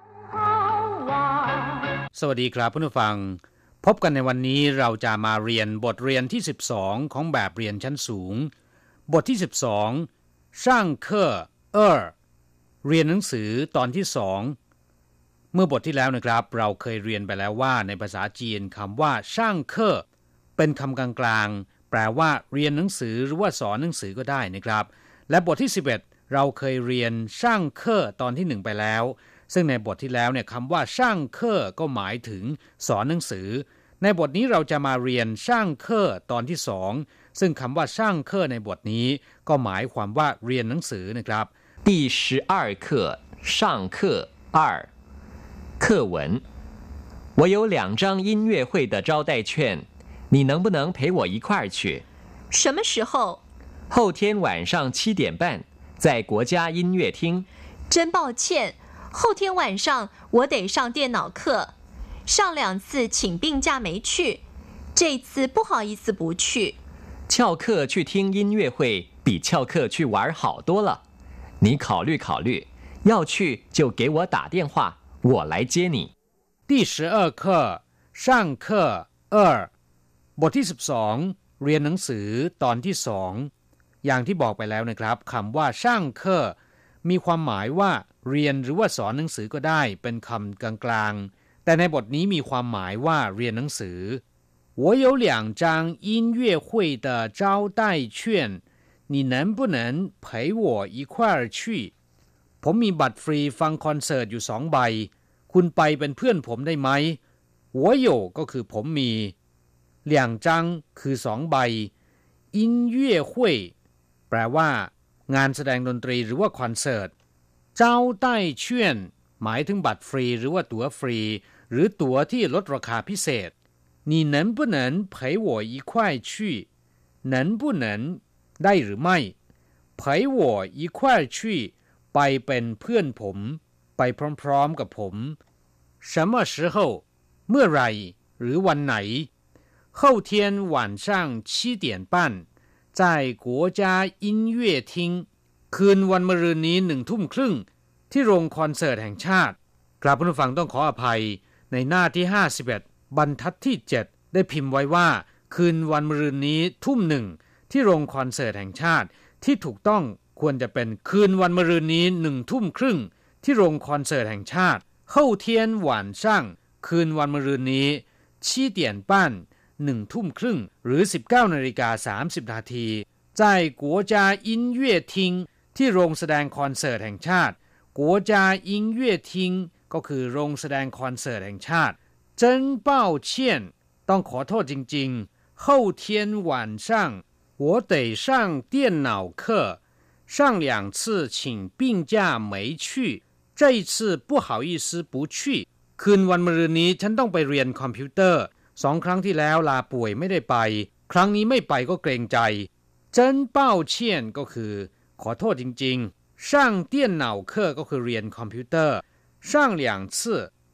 สวัสดีครับผู้ฟังพบกันในวันนี้เราจะมาเรียนบทเรียนที่สิบสองของแบบเรียนชั้นสูงบทที่สิบสองช่างเคอเออเรียนหนังสือตอนที่สองเมื่อบทที่แล้วนะครับเราเคยเรียนไปแล้วว่าในภาษาจีนคำว่าช่างเคอเป็นคำกลางๆแปลว่าเรียนหนังสือหรือว่าสอนหนังสือก็ได้นะครับและบทที่สิบเอ็ดเราเคยเรียนช่างเคอตอนที่หนึ่งไปแล้วซึ่งในบทที่แล้วเนี่ยคำว่าช่างเคอก็หมายถึงสอนหนังสือในบทนี้เราจะมาเรียนช่างเคอตอนที่สองซึ่งคำว่าช่างเคอในบทนี้ก็หมายความว่าเรียนหนังสือนะครับ第十二课上课二课文我有两张音乐会的招待券你能不能陪我一块儿去什么时候后天晚上七点半在国家音乐厅真抱歉后天晚上我得上电脑课上两次请病假没去这次不好意思不去翘课去听音乐会比翘课去玩好多了你考虑考虑要去就给我打电话我来接你第十二课上课二บทที่สิบสองเรียนหนังสือตอนที่สองอย่างที่บอกไปแล้วนะครับคำว่าช่างเคอมีความหมายว่าเรียนหรือว่าสอนหนังสือก็ได้เป็นคำกลางๆแต่ในบทนี้มีความหมายว่าเรียนหนังสือ我有两张音乐会的招待券你能不能陪我一块儿去ผมมีบัตรฟรีฟังคอนเสิร์ตอยู่สองใบคุณไปเป็นเพื่อนผมได้ไหม我有ก็คือผมมี两张คือสองใบ音乐会แปลว่างานแสดงดนตรีหรือว่าคอนเสิร์ต招待券หมายถึงบัตรฟรีหรือว่าตั๋วฟรีหรือตั๋วที่ลดราคาพิเศษ你能不能陪我一块去能不能ได้หรือไม่陪我一块去ไปเป็นเพื่อนผมไปพร้อมๆกับผม什么时候เมื่อไรหรือวันไหน后天晚上七点半在国家音乐厅คืนวันมะรืนนี้หนึ่งทุ่มครึ่งที่โรงคอนเสิร์ตแห่งชาติกราบผู้ฟังต้องขออภัยในหน้าที่ห้าสิบเอ็ดบรรทัดที่เจ็ดได้พิมพ์ไว้ว่าคืนวันมะรืนนี้ทุ่มหนึ่งที่โรงคอนเสิร์ตแห่งชาติที่ถูกต้องควรจะเป็นคืนวันมะรืนนี้หนึ่งทุ่มครึ่งที่โรงคอนเสิร์ตแห่งชาติ后天晚上คืนวันมะรืนนี้七点半หนึ่งทุ่มครึ่งหรือสิบเก้านาฬิกาสามสิบนาที在国家音乐厅ที่โรงแสดงคอนเสิร์ตแห่งชาติ国家音乐厅ก็คือโรงแสดงคอนเสิร์ตแห่งชาติ真抱歉ต้องขอโทษจริงๆ后天晚上我得上电脑课上两次请病假没去这一次不好意思不去คืนวันมะรืนนี้ฉันต้องไปเรียนคอมพิวเตอร์สองครั้งที่แล้วลาป่วยไม่ได้ไปครั้งนี้ไม่ไปก็เกรงใจ真抱歉ก็คือขอโทษจริงๆ上电脑课ก็คือเรียนคอมพิวเตอร์上两次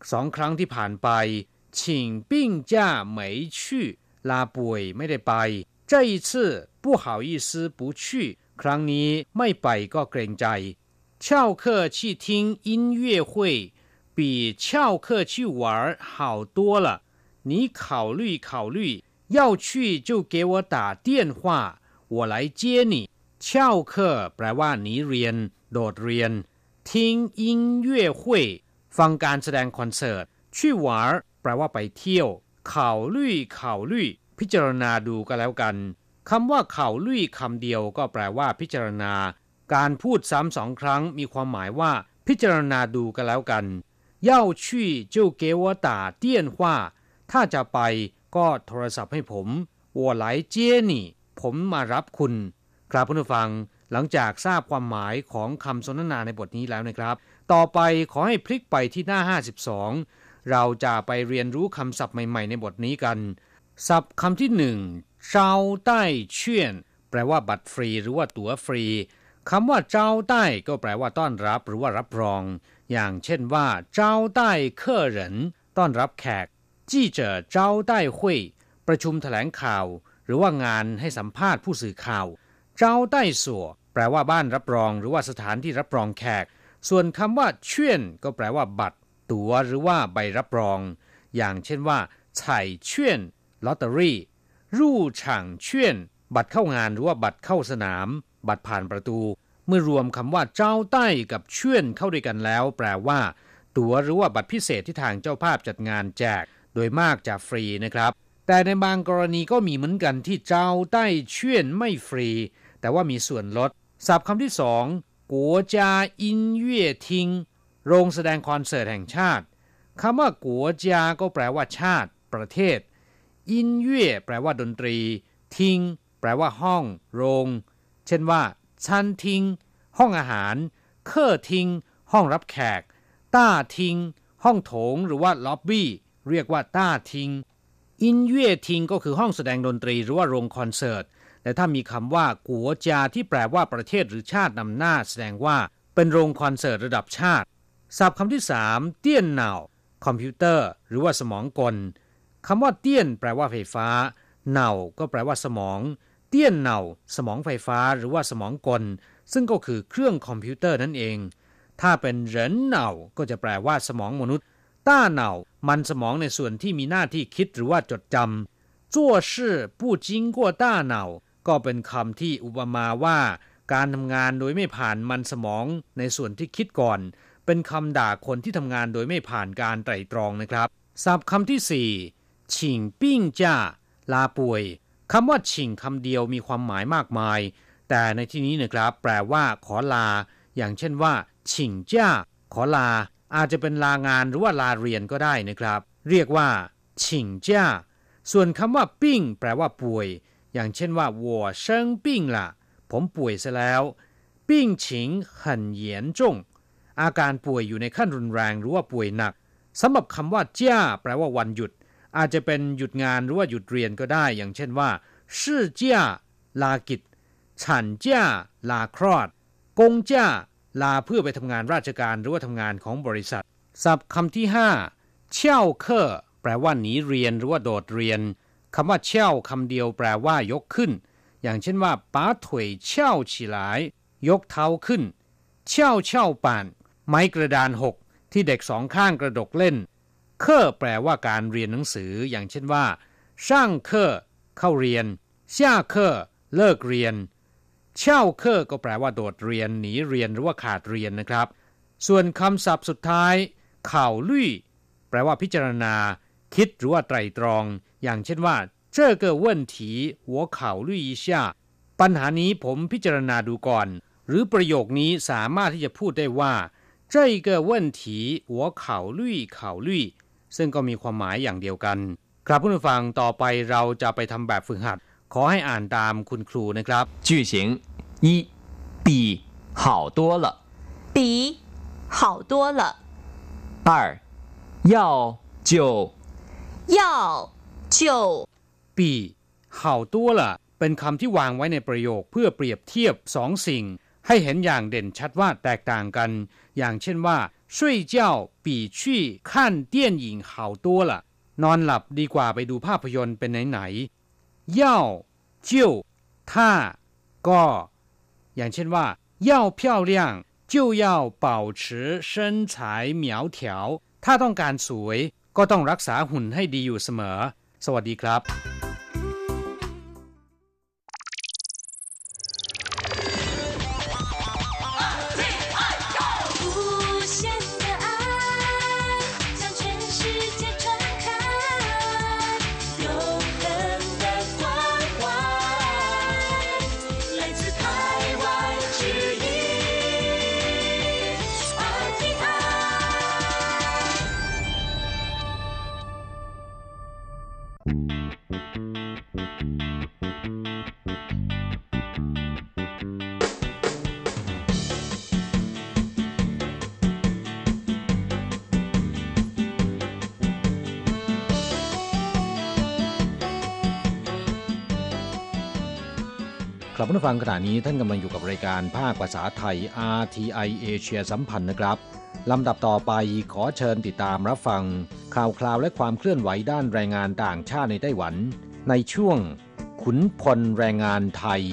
สองครั้งที่ผ่านไป请病假没去ลาป่วยไม่ได้ไป这一次不好意思不去ครั้งนี้ไม่ไปก็เกรงใจ翘课去听音乐会比翘课去玩好多了你考虑考虑要去就给我打电话我来接你翘课แปลว่าหนีเรียนโดดเรียน听音乐会ฟังการแสดงคอนเสิร์ต去玩แปลว่าไปเที่ยว考虑考虑พิจารณาดูก็แล้วกันคำว่าเข่าลุยคำเดียวก็แปลว่าพิจารณาการพูดซ้ำสองครั้งมีความหมายว่าพิจารณาดูก็แล้วกัน要去就给我打电话ถ้าจะไปก็โทรศัพท์ให้ผม我来接你ผมมารับคุณครับผู้ฟังหลังจากทราบความหมายของคำสนทนาในบทนี้แล้วนะครับต่อไปขอให้พลิกไปที่หน้าห้าสิบสองเราจะไปเรียนรู้คำศัพท์ใหม่ๆในบทนี้กันศัพท์คำที่หนึ่งเจ้าใต้เชี่ยนแปลว่าบัตรฟรีหรือว่าตั๋วฟรีคำว่าเจ้าใต้ก็แปลว่าต้อนรับหรือว่ารับรองอย่างเช่นว่าเจ้าใต้เคอเหรินต้อนรับแขกจี้เจ๋อเจ้าใต้หุยประชุมแถลงข่าวหรือว่างานให้สัมภาษณ์ผู้สื่อข่าวเจ้าใต้สัวแปลว่าบ้านรับรองหรือว่าสถานที่รับรองแขกส่วนคำว่าเชี่ยนก็แปลว่าบัตรตั๋วหรือว่าใบรับรองอย่างเช่นว่าไฉ่เชี่ยนลอตเตอรี่รู่ฉ่างเชี่ยนบัตรเข้างานหรือว่าบัตรเข้าสนามบัตรผ่านประตูเมื่อรวมคำว่าเจ้าใต้กับเชี่ยนเข้าด้วยกันแล้วแปลว่าตั๋วหรือว่าบัตรพิเศษที่ทางเจ้าภาพจัดงานแจกโดยมากจะฟรีนะครับแต่ในบางกรณีก็มีเหมือนกันที่เจ้าใต้เชี่ยนไม่ฟรีแต่ว่ามีส่วนลดศัพท์คำที่สองกัวจาอินเย่ทิงโรงแสดงคอนเสิร์ตแห่งชาติคำว่ากัวจาก็แปลว่าชาติประเทศอินเย่แปลว่าดนตรีทิงแปลว่าห้องโรงเช่นว่าชันทิงห้องอาหารเคอทิงห้องรับแขกต้าทิงห้องโถงหรือว่าล็อบบี้เรียกว่าต้าทิงอินเย่ทิงก็คือห้องแสดงดนตรีหรือว่าโรงคอนเสิร์ตและถ้ามีคำว่ากัวจาที่แปลว่าประเทศหรือชาตินำหน้าแสดงว่าเป็นโรงคอนเสิร์ตระดับชาติศัพท์คำที่สามเตี้ยนเหนาคอมพิวเตอร์หรือว่าสมองกลคำว่าเตี้ยนแปลว่าไฟฟ้าเหนาก็แปลว่าสมองเตี้ยนเหนาสมองไฟฟ้าหรือว่าสมองกลซึ่งก็คือเครื่องคอมพิวเตอร์นั่นเองถ้าเป็นเหรินเหนาก็จะแปลว่าสมองมนุษย์ต้าเหนามันสมองในส่วนที่มีหน้าที่คิดหรือว่าจดจำ做事不经过大脑ก็เป็นคำที่อุปมาว่าการทำงานโดยไม่ผ่านมันสมองในส่วนที่คิดก่อนเป็นคำด่าคนที่ทำงานโดยไม่ผ่านการไตร่ตรองนะครับศัพท์คำที่สี่ฉิงปิ้งจ้าลาป่วยคำว่าฉิงคำเดียวมีความหมายมากมายแต่ในที่นี้นะครับแปลว่าขอลาอย่างเช่นว่าฉิงจ้าขอลาอาจจะเป็นลางานหรือว่าลาเรียนก็ได้นะครับเรียกว่าฉิงจ้าส่วนคำว่าปิ้งแปลว่าป่วยอย่างเช่นว่า我生病了ผมป่วยซะแล้ว病情很严重อาการป่วยอยู่ในขั้นรุนแรงหรือว่าป่วยหนักสำหรับคำว่าจ้าแปลว่าวันหยุดอาจจะเป็นหยุดงานหรือว่าหยุดเรียนก็ได้อย่างเช่นว่าชื่อจ้าลากิจฉันจ้าลาคลอดกงจ้าลาเพื่อไปทำงานราชการหรือว่าทำงานของบริษัทศัพท์คำที่ห้าเช่าเคอแปลว่าหนีเรียนหรือว่าโดดเรียนคำว่าเช่าคำเดียวแปลว่ายกขึ้นอย่างเช่นว่า把腿翘起来ยกเท้าขึ้นเช่าเช่าป่านไม้กระดานหกที่เด็กสองข้างกระดกเล่นเคอแปลว่าการเรียนหนังสืออย่างเช่นว่าช่างเคอเข้าเรียนช่าเคอเลิกเรียนเช่าเคอก็แปลว่าโดดเรียนหนีเรียนหรือว่าขาดเรียนนะครับส่วนคำศัพท์สุดท้ายข่าวลุ่ยแปลว่าพิจารณาคิดหรือว่าไตร่ตรองอย่างเช่นว่า这个问题我考虑一下ปัญหานี้ผมพิจารณาดูก่อนหรือประโยคนี้สามารถที่จะพูดได้ว่า这个问题我考虑考虑ซึ่งก็มีความหมายอย่างเดียวกันครับผู้ฟังต่อไปเราจะไปทำแบบฝึกหัดขอให้อ่านตามคุณครูนะครับ句型一比好多了比好多了二要就要就ปีเห่าตัวละเป็นคำที่วางไว้ในประโยคเพื่อเปรียบเทียบสองสิ่งให้เห็นอย่างเด่นชัดว่าแตกต่างกันอย่างเช่นว่า睡觉比去看电影好多了นอนหลับดีกว่าไปดูภาพยนตร์เป็นไหนๆ要就ถ้าก็อย่างเช่นว่า要漂亮就要保持身材苗条ถ้าต้องการสวยก็ต้องรักษาหุ่นให้ดีอยู่เสมอสวัสดีครับครับผู้ฟังขณะนี้ท่านกำลังอยู่กับรายการภาคภาษาไทย อาร์ ที ไอ เอเชียสัมพันธ์นะครับลำดับต่อไปขอเชิญติดตามรับฟังข่าวคราวและความเคลื่อนไหวด้านแรงงานต่างชาติในไต้หวันในช่วงขุนพลแรงงานไทย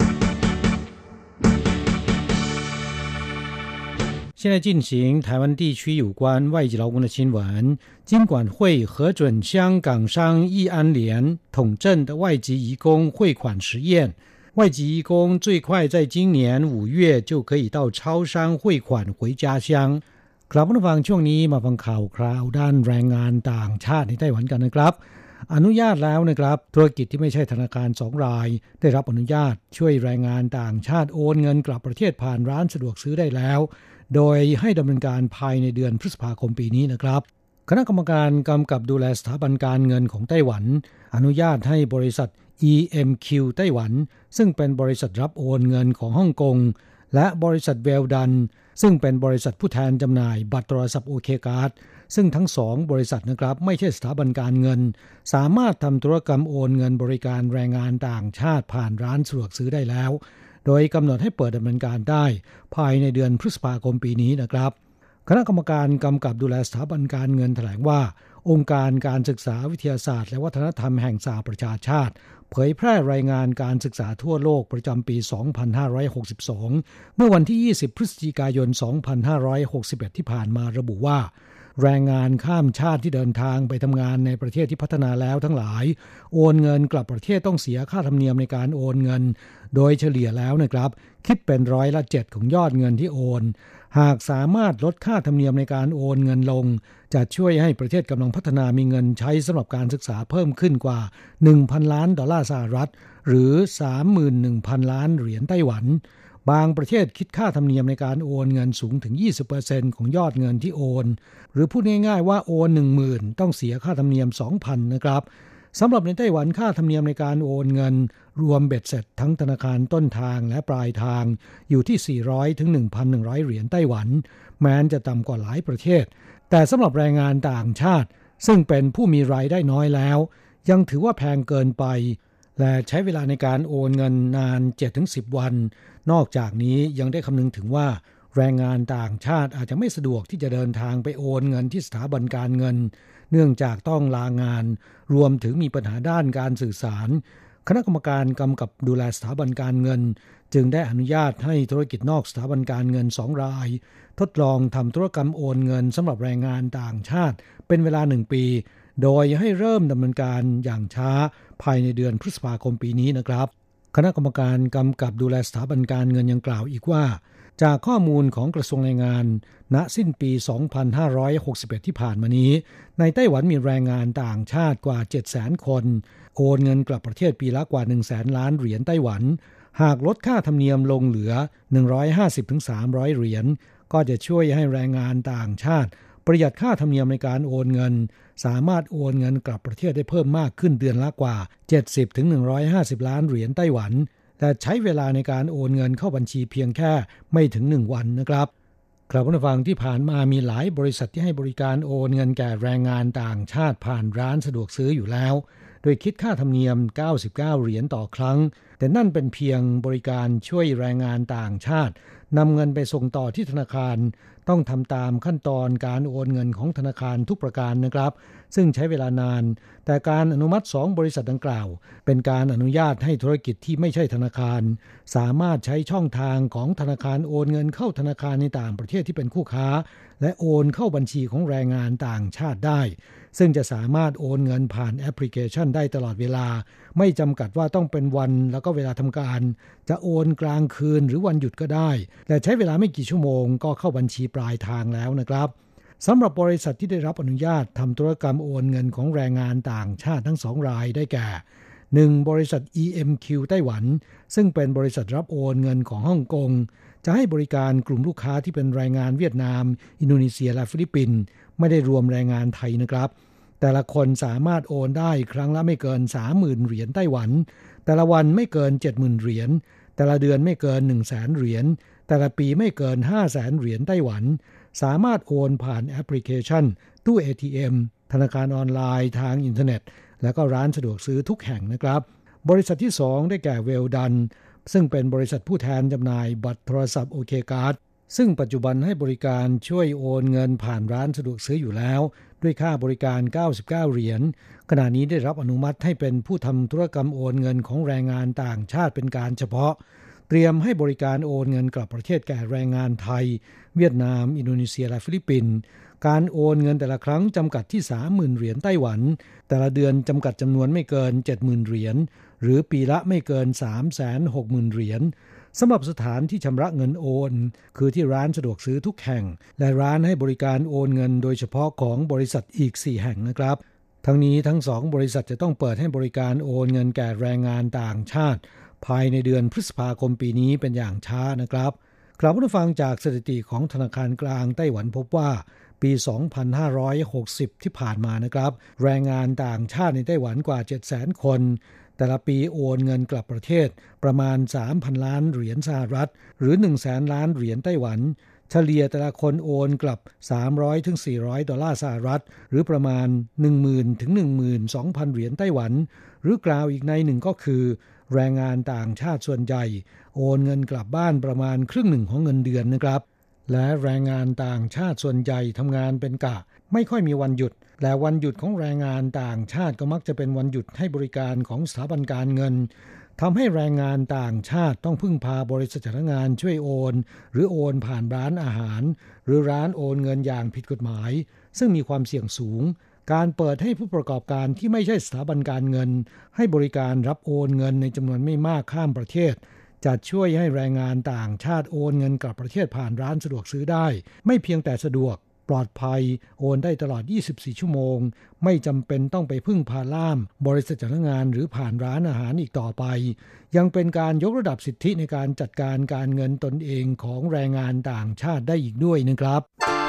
现在进行台湾地区有关外籍劳工的新闻。金管会核准香港商易安联统正的外籍移工汇款实验。外籍移工最快在今年五月就可以到超商汇款回家乡。ครับผู้ฟังช่วงนี้มาฟังข่าวคราวด้านแรงงานต่างชาติในไต้หวันกันนะครับอนุญาตแล้วนะครับธุรกิจที่ไม่ใช่ธนาคารสองรายได้รับอนุญาตช่วยแรงงานต่างชาติโอนเงินกลับประเทศผ่านร้านสะดวกซื้อได้แล้วโดยให้ดำเนินการภายในเดือนพฤษภาคมปีนี้นะครับคณะกรรมการกำกับดูแลสถาบันการเงินของไต้หวันอนุญาตให้บริษัท อี เอ็ม คิว ไต้หวันซึ่งเป็นบริษัทรับโอนเงินของฮ่องกงและบริษัทเวลดันซึ่งเป็นบริษัทผู้แทนจำหน่ายบัตรโทรศัพท์โอเคการ์ดซึ่งทั้งสองบริษัทนะครับไม่ใช่สถาบันการเงินสามารถทำธุรกรรมโอนเงินบริการแรงงานต่างชาติผ่านร้านสะดวกซื้อได้แล้วโดยกำหนดให้เปิดดำเนินการได้ภายในเดือนพฤษภาคมปีนี้นะครับคณะกรรมการกำกับดูแลสถาบันการเงินแถลงว่าองค์การการศึกษาวิทยาศาสตร์และวัฒนธรรมแห่งสหประชาชาติเผยแพร่รายงานการศึกษาทั่วโลกประจำปีสองพันห้าร้อยหกสิบสองเมื่อวันที่ยี่สิบพฤศจิกายนสองพันห้าร้อยหกสิบเอ็ดที่ผ่านมาระบุว่าแรงงานข้ามชาติที่เดินทางไปทำงานในประเทศที่พัฒนาแล้วทั้งหลายโอนเงินกลับประเทศต้องเสียค่าธรรมเนียมในการโอนเงินโดยเฉลี่ยแล้วนะครับคิดเป็นร้อยละเจ็ดของยอดเงินที่โอนหากสามารถลดค่าธรรมเนียมในการโอนเงินลงจะช่วยให้ประเทศกำลังพัฒนามีเงินใช้สำหรับการศึกษาเพิ่มขึ้นกว่า หนึ่งพัน ล้านดอลลาร์สหรัฐหรือ สามหมื่นหนึ่งพัน ล้านเหรียญไต้หวันบางประเทศคิดค่าธรรมเนียมในการโอนเงินสูงถึง ยี่สิบเปอร์เซ็นต์ ของยอดเงินที่โอนหรือพูดง่ายๆว่าโอน หนึ่งหมื่น ต้องเสียค่าธรรมเนียม สองพัน นะครับสำหรับในไต้หวันค่าธรรมเนียมในการโอนเงินรวมเบ็ดเสร็จทั้งธนาคารต้นทางและปลายทางอยู่ที่ สี่ร้อยถึงหนึ่งพันหนึ่งร้อย เหรียญไต้หวันแม้นจะต่ำกว่าหลายประเทศแต่สำหรับแรงงานต่างชาติซึ่งเป็นผู้มีรายได้น้อยแล้วยังถือว่าแพงเกินไปและใช้เวลาในการโอนเงินนาน เจ็ดถึงสิบ วันนอกจากนี้ยังได้คำนึงถึงว่าแรงงานต่างชาติอาจจะไม่สะดวกที่จะเดินทางไปโอนเงินที่สถาบันการเงินเนื่องจากต้องลางานรวมถึงมีปัญหาด้านการสื่อสารคณะกรรมการกำกับดูแลสถาบันการเงินจึงได้อนุญาตให้ธุรกิจนอกสถาบันการเงินสองรายทดลองทำธุรกรรมโอนเงินสำหรับแรงงานต่างชาติเป็นเวลาหนึ่งปีโดยให้เริ่มดำเนินการอย่างช้าภายในเดือนพฤษภาคมปีนี้นะครับคณะกรรมการกำกับดูแลสถาบันการเงินยังกล่าวอีกว่าจากข้อมูลของกระทรวงแรงงานณสิ้นปีสองพันห้าร้อยหกสิบเอ็ดที่ผ่านมานี้ในไต้หวันมีแรงงานต่างชาติกว่า เจ็ดแสน คนโอนเงินกลับประเทศปีละกว่า หนึ่งแสน ล้านเหรียญไต้หวันหากลดค่าธรรมเนียมลงเหลือ หนึ่งร้อยห้าสิบถึงสามร้อย เหรียญก็จะช่วยให้แรงงานต่างชาติประหยัดค่าธรรมเนียมในการโอนเงินสามารถโอนเงินกลับประเทศได้เพิ่มมากขึ้นเดือนละกว่า เจ็ดสิบถึงหนึ่งร้อยห้าสิบ ล้านเหรียญไต้หวันแต่ใช้เวลาในการโอนเงินเข้าบัญชีเพียงแค่ไม่ถึงหนึ่งวันนะครับครับผู้ฟังที่ผ่านมามีหลายบริษัทที่ให้บริการโอนเงินแก่แรงงานต่างชาติผ่านร้านสะดวกซื้ออยู่แล้วโดยคิดค่าธรรมเนียมเก้าสิบเก้าเหรียญต่อครั้งแต่นั่นเป็นเพียงบริการช่วยแรงงานต่างชาตินำเงินไปส่งต่อที่ธนาคารต้องทำตามขั้นตอนการโอนเงินของธนาคารทุกประการนะครับซึ่งใช้เวลานานแต่การอนุมัติสองบริษัทดังกล่าวเป็นการอนุญาตให้ธุรกิจที่ไม่ใช่ธนาคารสามารถใช้ช่องทางของธนาคารโอนเงินเข้าธนาคารในต่างประเทศที่เป็นคู่ค้าและโอนเข้าบัญชีของแรงงานต่างชาติได้ซึ่งจะสามารถโอนเงินผ่านแอปพลิเคชันได้ตลอดเวลาไม่จำกัดว่าต้องเป็นวันแล้วก็เวลาทำการจะโอนกลางคืนหรือวันหยุดก็ได้แต่ใช้เวลาไม่กี่ชั่วโมงก็เข้าบัญชีปลายทางแล้วนะครับสำหรับบริษัทที่ได้รับอนุญาตทำธุรกรรมโอนเงินของแรงงานต่างชาติทั้งสองรายได้แก่หนึ่งบริษัท อี เอ็ม คิว ไต้หวันซึ่งเป็นบริษัทรับโอนเงินของฮ่องกงจะให้บริการกลุ่มลูกค้าที่เป็นแรงงานเวียดนามอินโดนีเซียและฟิลิปปินส์ไม่ได้รวมแรงงานไทยนะครับแต่ละคนสามารถโอนได้ครั้งละไม่เกิน สามหมื่น เหรียญไต้หวันแต่ละวันไม่เกิน เจ็ดหมื่น เหรียญแต่ละเดือนไม่เกิน หนึ่งแสน เหรียญแต่ละปีไม่เกิน ห้าแสน เหรียญไต้หวันสามารถโอนผ่านแอปพลิเคชันตู้ เอ ที เอ็ม ธนาคารออนไลน์ทางอินเทอร์เน็ตและก็ร้านสะดวกซื้อทุกแห่งนะครับบริษัทที่สองได้แก่เวลดันซึ่งเป็นบริษัทผู้แทนจำหน่ายบัตรโทรศัพท์โอเคการ์ดซึ่งปัจจุบันให้บริการช่วยโอนเงินผ่านร้านสะดวกซื้ออยู่แล้วด้วยค่าบริการเก้าสิบเก้าเหรียญขณะนี้ได้รับอนุมัติให้เป็นผู้ทำธุรกรรมโอนเงินของแรงงานต่างชาติเป็นการเฉพาะเตรียมให้บริการโอนเงินกลับประเทศแก่แรงงานไทยเวียดนามอินโดนีเซียและฟิลิปปินส์การโอนเงินแต่ละครั้งจำกัดที่ สามหมื่น เหรียญไต้หวันแต่ละเดือนจำกัดจำนวนไม่เกิน เจ็ดหมื่น เหรียญหรือปีละไม่เกิน สามแสนหกหมื่น เหรียญสำหรับสถานที่ชำระเงินโอนคือที่ร้านสะดวกซื้อทุกแห่งและร้านให้บริการโอนเงินโดยเฉพาะของบริษัทอีกสี่แห่งนะครับทั้งนี้ทั้งสองบริษัทจะต้องเปิดให้บริการโอนเงินแก่แรงงานต่างชาติภายในเดือนพฤษภาคมปีนี้เป็นอย่างช้านะครับกล่าวผู้ฟังจากสถิติของธนาคารกลางไต้หวันพบว่าปี สองพันห้าร้อยหกสิบ ที่ผ่านมานะครับแรงงานต่างชาติในไต้หวันกว่า เจ็ดแสน คนแต่ละปีโอนเงินกลับประเทศประมาณ สามพัน ล้านเหรียญสหรัฐหรือ หนึ่งแสน ล้านเหรียญไต้หวันเฉลี่ยแต่ละคนโอนกลับ สามร้อยถึงสี่ร้อย ดอลลาร์สหรัฐหรือประมาณ หนึ่งหมื่น ถึง หนึ่งหมื่นสองพัน เหรียญไต้หวันหรือกล่าวอีกในหนึ่งก็คือแรงงานต่างชาติส่วนใหญ่โอนเงินกลับบ้านประมาณครึ่งหนึ่งของเงินเดือนนะครับและแรงงานต่างชาติส่วนใหญ่ทำงานเป็นกะไม่ค่อยมีวันหยุดและวันหยุดของแรงงานต่างชาติก็มักจะเป็นวันหยุดให้บริการของสถาบันการเงินทำให้แรงงานต่างชาติต้องพึ่งพาบริษัทจ้างงานช่วยโอนหรือโอนผ่านร้านอาหารหรือร้านโอนเงินอย่างผิดกฎหมายซึ่งมีความเสี่ยงสูงการเปิดให้ผู้ประกอบการที่ไม่ใช่สถาบันการเงินให้บริการรับโอนเงินในจำนวนไม่มากข้ามประเทศจะช่วยให้แรงงานต่างชาติโอนเงินกลับประเทศผ่านร้านสะดวกซื้อได้ไม่เพียงแต่สะดวกปลอดภัยโอนได้ตลอดยี่สิบสี่ชั่วโมงไม่จำเป็นต้องไปพึ่งพาล่ามบริษัทจ้างงานหรือผ่านร้านอาหารอีกต่อไปยังเป็นการยกระดับสิทธิในการจัดการการเงินตนเองของแรงงานต่างชาติได้อีกด้วยนะครับ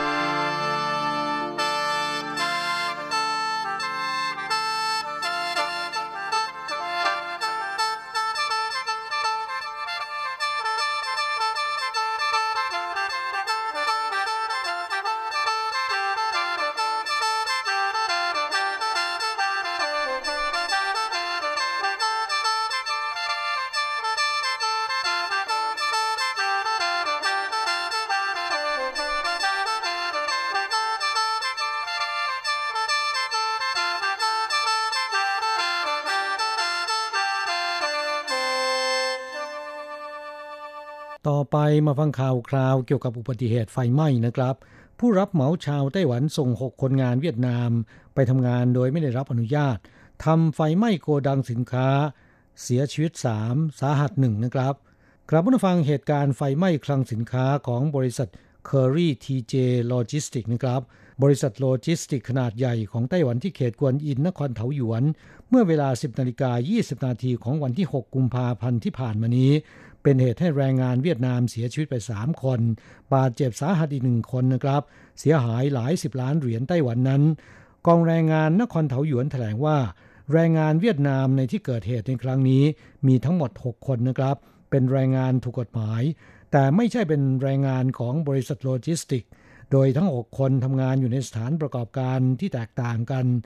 ต่อไปมาฟังข่าวคราวเกี่ยวกับอุบัติเหตุไฟไหม้นะครับผู้รับเหมาชาวไต้หวันส่งหกคนงานเวียดนามไปทำงานโดยไม่ได้รับอนุญาตทำไฟไหม้โกดังสินค้าเสียชีวิตสามสาหัสหนึ่งนะครับกลับมาฟังเหตุการณ์ไฟไหม้คลังสินค้าของบริษัท Curry ที เจ Logistics นะครับบริษัทโลจิสติกขนาดใหญ่ของไต้หวันที่เขตกวนอินนครเถาหยวนเมื่อเวลา สิบนาฬิกายี่สิบนาทีของวันที่หกกุมภาพันธ์ที่ผ่านมานี้เป็นเหตุให้แรงงานเวียดนามเสียชีวิตไปสามคนบาดเจ็บสาหัสอีกหนึ่งคนนะครับเสียหายหลายสิบล้านเหรียญไต้หวันนั้นกองแรงงานนครเถาหยวนแถลงว่าแรงงานเวียดนามในที่เกิดเหตุในครั้งนี้มีทั้งหมดหกคนนะครับเป็นแรงงานถูกกฎหมายแต่ไม่ใช่เป็นแรงงานของบริษัทโลจิสติกโดยทั้งหกคนทำงานอยู่ในสถานประกอบการที่แตกต่างกัน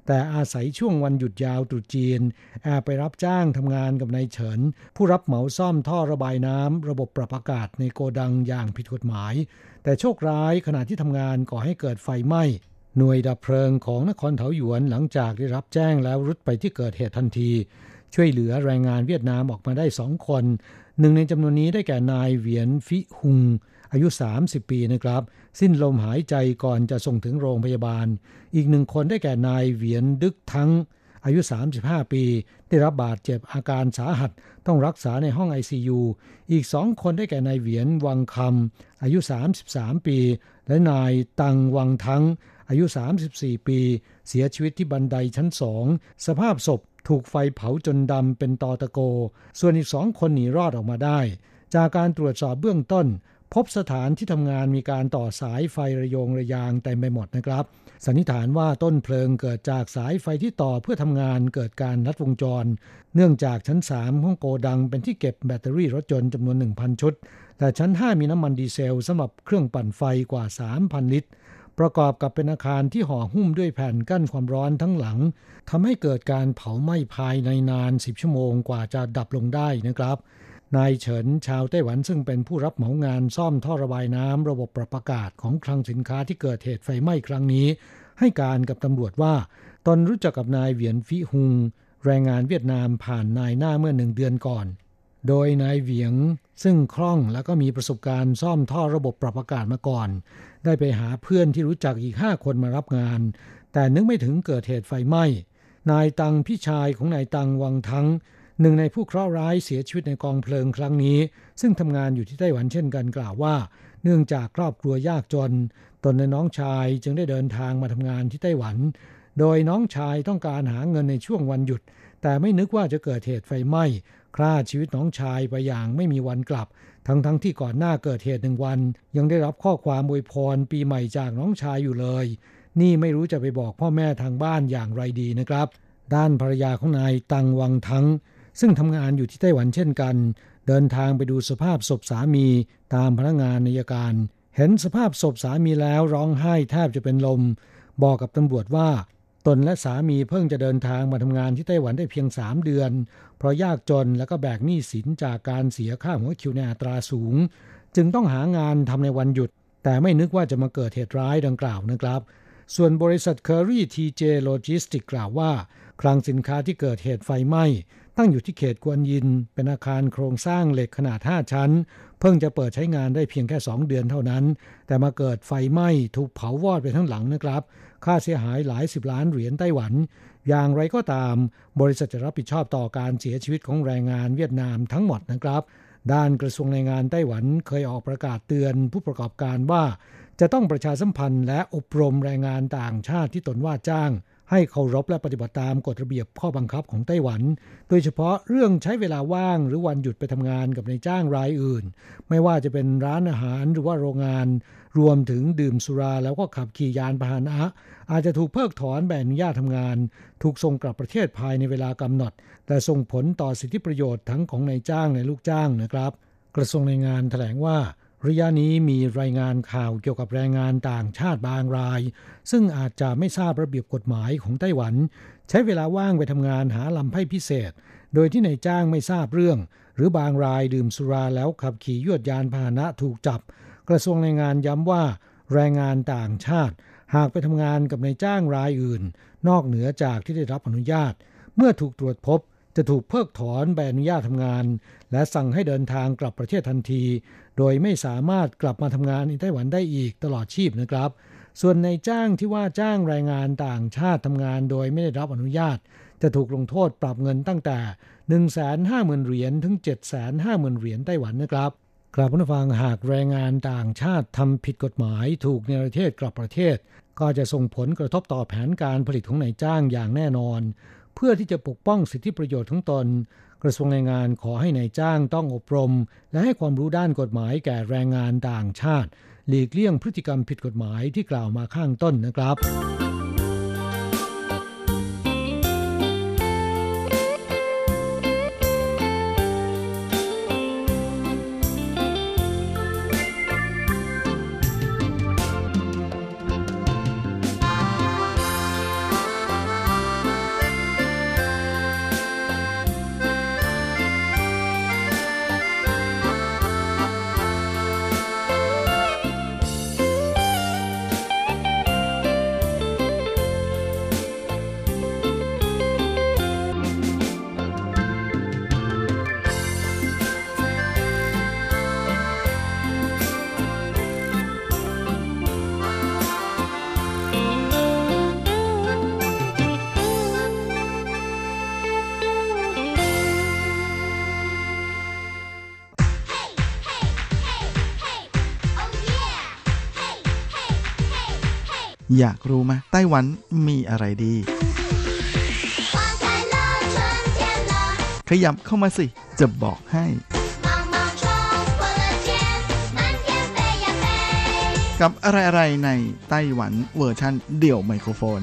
แต่อาศัยช่วงวันหยุดยาวตรุษจีนแอบไปรับจ้างทำงานกับนายเฉินผู้รับเหมาซ่อมท่อระบายน้ำระบบปรับอากาศในโกดังอย่างผิดกฎหมายแต่โชคร้ายขณะที่ทำงานก่อให้เกิดไฟไหม้หน่วยดับเพลิงของนครเถาหยวนหลังจากได้รับแจ้งแล้วรุดไปที่เกิดเหตุทันทีช่วยเหลือแรงงานเวียดนามออกมาได้สองคนหนึ่งในจำนวนนี้ได้แก่นายเหวียนฟิฮุงอายุสามสิบปีนะครับสิ้นลมหายใจก่อนจะส่งถึงโรงพยาบาลอีกหนึ่งคนได้แก่นายเหวียนดึกทั้งอายุสามสิบห้าปีได้รับบาดเจ็บอาการสาหัสต้องรักษาในห้อง ไอ ซี ยู อีกสองคนได้แก่นายเหวียนวังคำอายุสามสิบสามปีและนายตังวังทั้งอายุสามสิบสี่ปีเสียชีวิตที่บันไดชั้นสองสภาพศพถูกไฟเผาจนดำเป็นตอตะโกส่วนอีกสองคนหนีรอดออกมาได้จากการตรวจสอบเบื้องต้นพบสถานที่ทำงานมีการต่อสายไฟระโยงระยางเต็มไปหมดนะครับสันนิษฐานว่าต้นเพลิงเกิดจากสายไฟที่ต่อเพื่อทำงานเกิดการลัดวงจรเนื่องจากชั้นสามของโกดังเป็นที่เก็บแบตเตอรี่รถยนต์จำนวน หนึ่งพัน ชุดแต่ชั้นห้ามีน้ำมันดีเซลสำหรับเครื่องปั่นไฟกว่า สามพัน ลิตรประกอบกับเป็นอาคารที่ห่อหุ้มด้วยแผ่นกั้นความร้อนทั้งหลังทำให้เกิดการเผาไหม้ภายในนานสิบชั่วโมงกว่าจะดับลงได้นะครับนายเฉินชาวไต้หวันซึ่งเป็นผู้รับเหมางานซ่อมท่อระบายน้ำระบบปรับอากาศของคลังสินค้าที่เกิดเหตุไฟไหม้ครั้งนี้ให้การกับตำรวจว่าตนรู้จักกับนายเหวียนฟิฮุงแรงงานเวียดนามผ่านนายหน้าเมื่อหนึ่งเดือนก่อนโดยนายเหวียงซึ่งคล่องและก็มีประสบการณ์ซ่อมท่อระบบปรับอากาศมาก่อนได้ไปหาเพื่อนที่รู้จักอีกห้าคนมารับงานแต่นึกไม่ถึงเกิดเหตุไฟไหม้นายตังพี่ชายของนายตังวังทั้งหนึ่งในผู้เคราะห์ร้ายเสียชีวิตในกองเพลิงครั้งนี้ซึ่งทำงานอยู่ที่ไต้หวันเช่นกันกล่าวว่าเนื่องจากครอบครัวยากจนตนและน้องชายจึงได้เดินทางมาทำงานที่ไต้หวันโดยน้องชายต้องการหาเงินในช่วงวันหยุดแต่ไม่นึกว่าจะเกิดเหตุไฟไหม้ฆ่าชีวิตน้องชายไปอย่างไม่มีวันกลับทั้งๆ ท, ที่ก่อนหน้าเกิดเหตุหนึ่งวันยังได้รับข้อความอวยพรปีใหม่จากน้องชายอยู่เลยนี่ไม่รู้จะไปบอกพ่อแม่ทางบ้านอย่างไรดีนะครับด้านภรรยาของนายตังวังทั้งซึ่งทำงานอยู่ที่ไต้หวันเช่นกันเดินทางไปดูสภาพศพสามีตามพนักงานอัยการเห็นสภาพศพสามีแล้วร้องไห้แทบจะเป็นลมบอกกับตำรวจว่าตนและสามีเพิ่งจะเดินทางมาทำงานที่ไต้หวันได้เพียงสามเดือนเพราะยากจนและก็แบกหนี้สินจากการเสียค่าหัวคิวในอัตราสูงจึงต้องหางานทำในวันหยุดแต่ไม่นึกว่าจะมาเกิดเหตุร้ายดังกล่าวนะครับส่วนบริษัท Curry ที เจ Logistics กล่าวว่าคลังสินค้าที่เกิดเหตุไฟไหม้ตั้งอยู่ที่เขตกวนยินเป็นอาคารโครงสร้างเหล็กขนาดห้าชั้นเพิ่งจะเปิดใช้งานได้เพียงแค่สองเดือนเท่านั้นแต่มาเกิดไฟไหม้ถูกเผาวอดไปทั้งหลังนะครับค่าเสียหายหลายสิบล้านเหรียญไต้หวันอย่างไรก็ตามบริษัทจะรับผิดชอบต่อการเสียชีวิตของแรงงานเวียดนามทั้งหมดนะครับด้านกระทรวงแรงงานไต้หวันเคยออกประกาศเตือนผู้ประกอบการว่าจะต้องประชาสัมพันธ์และอบรมแรงงานต่างชาติที่ตนว่าจ้างให้เคารพและปฏิบัติตามกฎระเบียบข้อบังคับของไต้หวันโดยเฉพาะเรื่องใช้เวลาว่างหรือวันหยุดไปทำงานกับนายจ้างรายอื่นไม่ว่าจะเป็นร้านอาหารหรือว่าโรงงานรวมถึงดื่มสุราแล้วก็ขับขี่ยานพาหนะอาจจะถูกเพิกถอนใบอนุญาตทำงานถูกส่งกลับประเทศภายในเวลากำหนดและส่งผลต่อสิทธิประโยชน์ทั้งของนายจ้างและลูกจ้างนะครับกระทรวงแรงงานแถลงว่าระยะนี้มีรายงานข่าวเกี่ยวกับแรงงานต่างชาติบางรายซึ่งอาจจะไม่ทราบระเบียบกฎหมายของไต้หวันใช้เวลาว่างไปทำงานหาลำไพ่พิเศษโดยที่นายจ้างไม่ทราบเรื่องหรือบางรายดื่มสุราแล้วขับขี่ยวดยานพาหนะถูกจับกระทรวงแรงงานย้ำว่าแรงงานต่างชาติหากไปทำงานกับนายจ้างรายอื่นนอกเหนือจากที่ได้รับอนุญาตเมื่อถูกตรวจพบจะถูกเพิกถอนใบอนุญาตทำงานและสั่งให้เดินทางกลับประเทศทันทีโดยไม่สามารถกลับมาทำงานในไต้หวันได้อีกตลอดชีพนะครับส่วนนายจ้างที่ว่าจ้างแรงงานต่างชาติทำงานโดยไม่ได้รับอนุญาตจะถูกลงโทษปรับเงินตั้งแต่ หนึ่งแสนห้าหมื่น เหรียญถึง เจ็ดแสนห้าหมื่น เหรียญไต้หวันนะครับกราบผู้ฟังหากแรงงานต่างชาติทำผิดกฎหมายถูกเนรเทศกลับประเทศก็จะส่งผลกระทบต่อแผนการผลิตของนายจ้างอย่างแน่นอนเพื่อที่จะปกป้องสิทธิประโยชน์ของตนกระทรวงแรงงานขอให้นายจ้างต้องอบรมและให้ความรู้ด้านกฎหมายแก่แรงงานต่างชาติหลีกเลี่ยงพฤติกรรมผิดกฎหมายที่กล่าวมาข้างต้นนะครับอยากรู้ไหมไต้หวันมีอะไรดีขยับเข้ามาสิจะบอกให้กับอะไรๆในไต้หวันเวอร์ชันเดี่ยวไมโครโฟน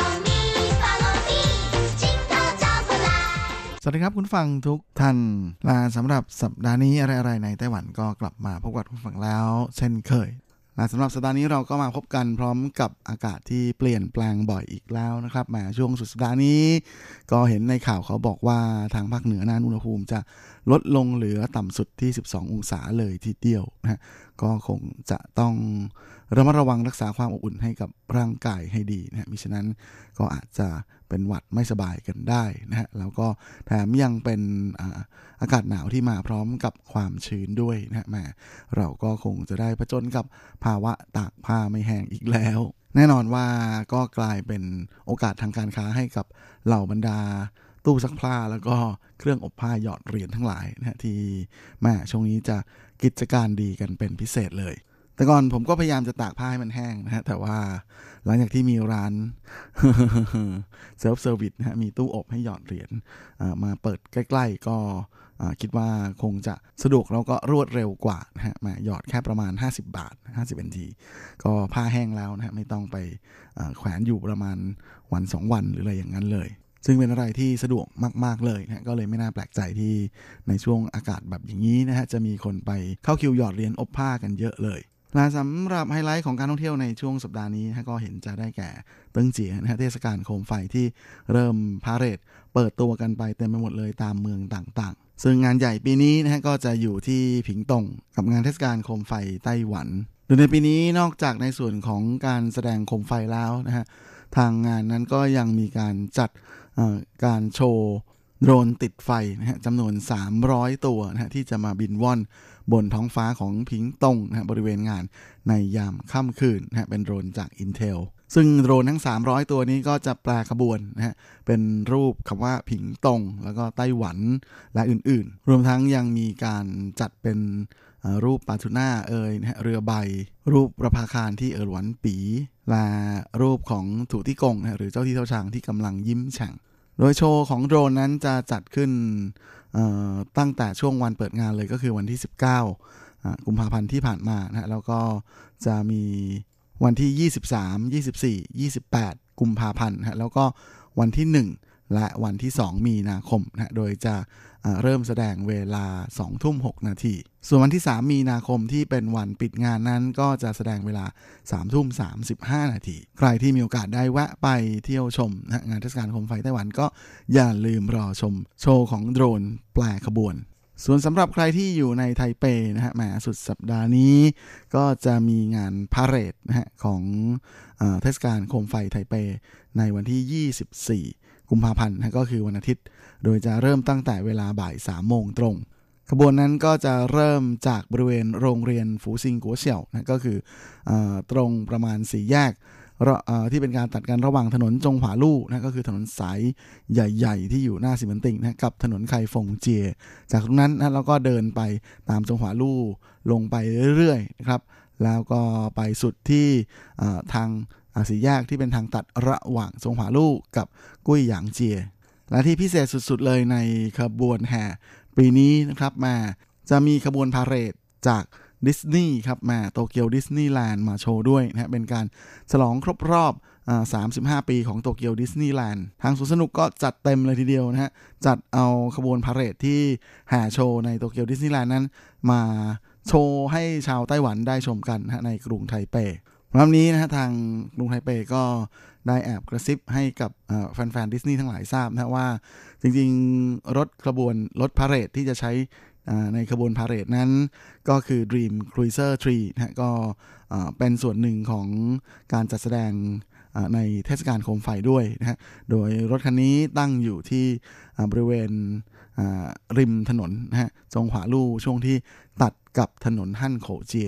สวัสดีครับคุณฟังทุกท่านลาสำหรับสัปดาห์นี้อะไรๆในไต้หวันก็กลับมาพบกับคุณฟังแล้วเช่นเคยและสำหรับสัปดาห์นี้เราก็มาพบกันพร้อมกับอากาศที่เปลี่ยนแปลงบ่อยอีกแล้วนะครับมาช่วงสุดสัปดาห์นี้ก็เห็นในข่าวเขาบอกว่าทางภาคเหนือนั้นอุณหภูมิจะลดลงเหลือต่ำสุดที่สิบสององศาเลยทีเดียวนะฮะก็คงจะต้องระมัดระวังรักษาความอบอุ่นให้กับร่างกายให้ดีนะฮะมิฉะนั้นก็อาจจะเป็นหวัดไม่สบายกันได้นะฮะแล้วก็แถมยังเป็นอ่าอากาศหนาวที่มาพร้อมกับความชื้นด้วยนะฮะแม่เราก็คงจะได้ผจญกับภาวะตากผ้าไม่แห้งอีกแล้วแน่นอนว่าก็กลายเป็นโอกาสทางการค้าให้กับเหล่าบรรดาตู้ซักผ้าแล้วก็เครื่องอบผ้าหยอดเหรียญทั้งหลายนะฮะที่แม่ช่วงนี้จะกิจการดีกันเป็นพิเศษเลยแต่ก่อนผมก็พยายามจะตากผ้าให้มันแห้งนะฮะแต่ว่าหลังจากที่มีร้านเซลฟ์เซอร์วิสนะฮะมีตู้อบให้หยอดเหรียญมาเปิดใกล้ๆก็คิดว่าคงจะสะดวกแล้วก็รวดเร็วกว่านะฮะมาหยอดแค่ประมาณห้าสิบบาทห้าสิบนาทีก็ผ้าแห้งแล้วนะฮะไม่ต้องไปแขวนอยู่ประมาณวันสองวันหรืออะไรอย่างนั้นเลยซึ่งเป็นอะไรที่สะดวกมากๆเลยนะก็เลยไม่น่าแปลกใจที่ในช่วงอากาศแบบอย่างนี้นะฮะจะมีคนไปเข้าคิวหยอดเหรียญอบผ้ากันเยอะเลยและสำหรับไฮไลท์ของการท่องเที่ยวในช่วงสัปดาห์นี้นะก็เห็นจะได้แก่เติ้งเจี๋ยนะฮะเทศกาลโคมไฟที่เริ่มพาเหรดเปิดตัวกันไปเต็มไปหมดเลยตามเมืองต่างๆซึ่งงานใหญ่ปีนี้นะฮะก็จะอยู่ที่ผิงตงกับงานเทศกาลโคมไฟไต้หวันโดยในปีนี้นอกจากในส่วนของการแสดงโคมไฟแล้วนะฮะทางงานนั้นก็ยังมีการจัดการโชว์โดรนติดไฟนะฮะจำนวนสามร้อยตัวนะฮะที่จะมาบินว่อนบนท้องฟ้าของผิงตงนะฮะบริเวณงานในยามค่ำคืนนะฮะเป็นโดรนจาก Intel ซึ่งโดรนทั้งสามร้อยตัวนี้ก็จะแปลขบวนนะฮะเป็นรูปคำว่าผิงตงแล้วก็ไต้หวันและอื่นๆรวมทั้งยังมีการจัดเป็นรูปปาทูน่าเอ่ยนะฮะเรือใบรูปประภาคารที่เอ๋อหวนปีและรูปของถูตี้กงนะหรือเจ้าที่เจ้าชางที่กำลังยิ้มแฉ่งโดยโชว์ของโดรนนั้นจะจัดขึ้นตั้งแต่ช่วงวันเปิดงานเลยก็คือวันที่สิบเก้ากุมภาพันธ์ที่ผ่านมานะแล้วก็จะมีวันที่ยี่สิบสาม ยี่สิบสี่ ยี่สิบแปดกุมภาพันธ์นะแล้วก็วันที่หนึ่งและวันที่สองมีนาคมนะโดยจะเริ่มแสดงเวลา สองทุ่มหกนาทีส่วนวันที่สามมีนาคมที่เป็นวันปิดงานนั้นก็จะแสดงเวลา สามทุ่มสามสิบห้านาทีใครที่มีโอกาสได้แวะไปเที่ยวชมนะงานเทศกาลโคมไฟไต้หวันก็อย่าลืมรอชมโชว์ของโดรนแปลขบวนส่วนสำหรับใครที่อยู่ในไทเปนะฮะแหมสุดสัปดาห์นี้ก็จะมีงานพาเหรดนะฮะของเอ่อเทศกาลโคมไฟไทเปในวันที่ยี่สิบสี่กุมภาพันธ์นะก็คือวันอาทิตย์โดยจะเริ่มตั้งแต่เวลาบ่ายสามโมงตรงขบวนนั้นก็จะเริ่มจากบริเวณโรงเรียนฝูซิงกัวเสี่ยวนะก็คือเอ่อตรงประมาณสี่แยกที่เป็นการตัดกันระหว่างถนนจงหวาลู่นะก็คือถนนสายใหญ่ๆที่อยู่หน้าซิมันติงนะกับถนนไคฟงเจียจากตรงนั้นนะเราก็เดินไปตามจงหวาลู่ลงไปเรื่อยๆนะครับแล้วก็ไปสุดที่ทางสี่แยกที่เป็นทางตัดระหว่างจงหวาลู่กับกุ้ยหยางเจียและที่พิเศษสุดๆเลยในขบวนแห่ปีนี้นะครับมาจะมีขบวนพาเหรดจากดิสนีย์ครับมาโตเกียวดิสนีย์แลนด์มาโชว์ด้วยนะฮะเป็นการฉลองครบรอบอ่าสามสิบห้าปีของโตเกียวดิสนีย์แลนด์ทางสวนสนุกก็จัดเต็มเลยทีเดียวนะฮะจัดเอาขบวนพาเหรดที่แห่โชว์ในโตเกียวดิสนีย์แลนด์นั้นมาโชว์ให้ชาวไต้หวันได้ชมกันนะฮะในกรุงไทเปวันนี้นะฮะทางกรุงไทเปก็ได้แอบกระซิบให้กับแฟนๆดิสนีย์ทั้งหลายทราบนะว่าจริงๆรถขบวนรถพาเหรดที่จะใช้ในขบวนพาเหรดนั้นก็คือ Dream Cruiser ทรี นะฮะก็เป็นส่วนหนึ่งของการจัดแสดงในเทศกาลโคมไฟด้วยนะฮะโดยรถคันนี้ตั้งอยู่ที่บริเวณริมถนนนะฮะจงหวาลู่ช่วงที่ตัดกับถนนฮั่นโขเจีย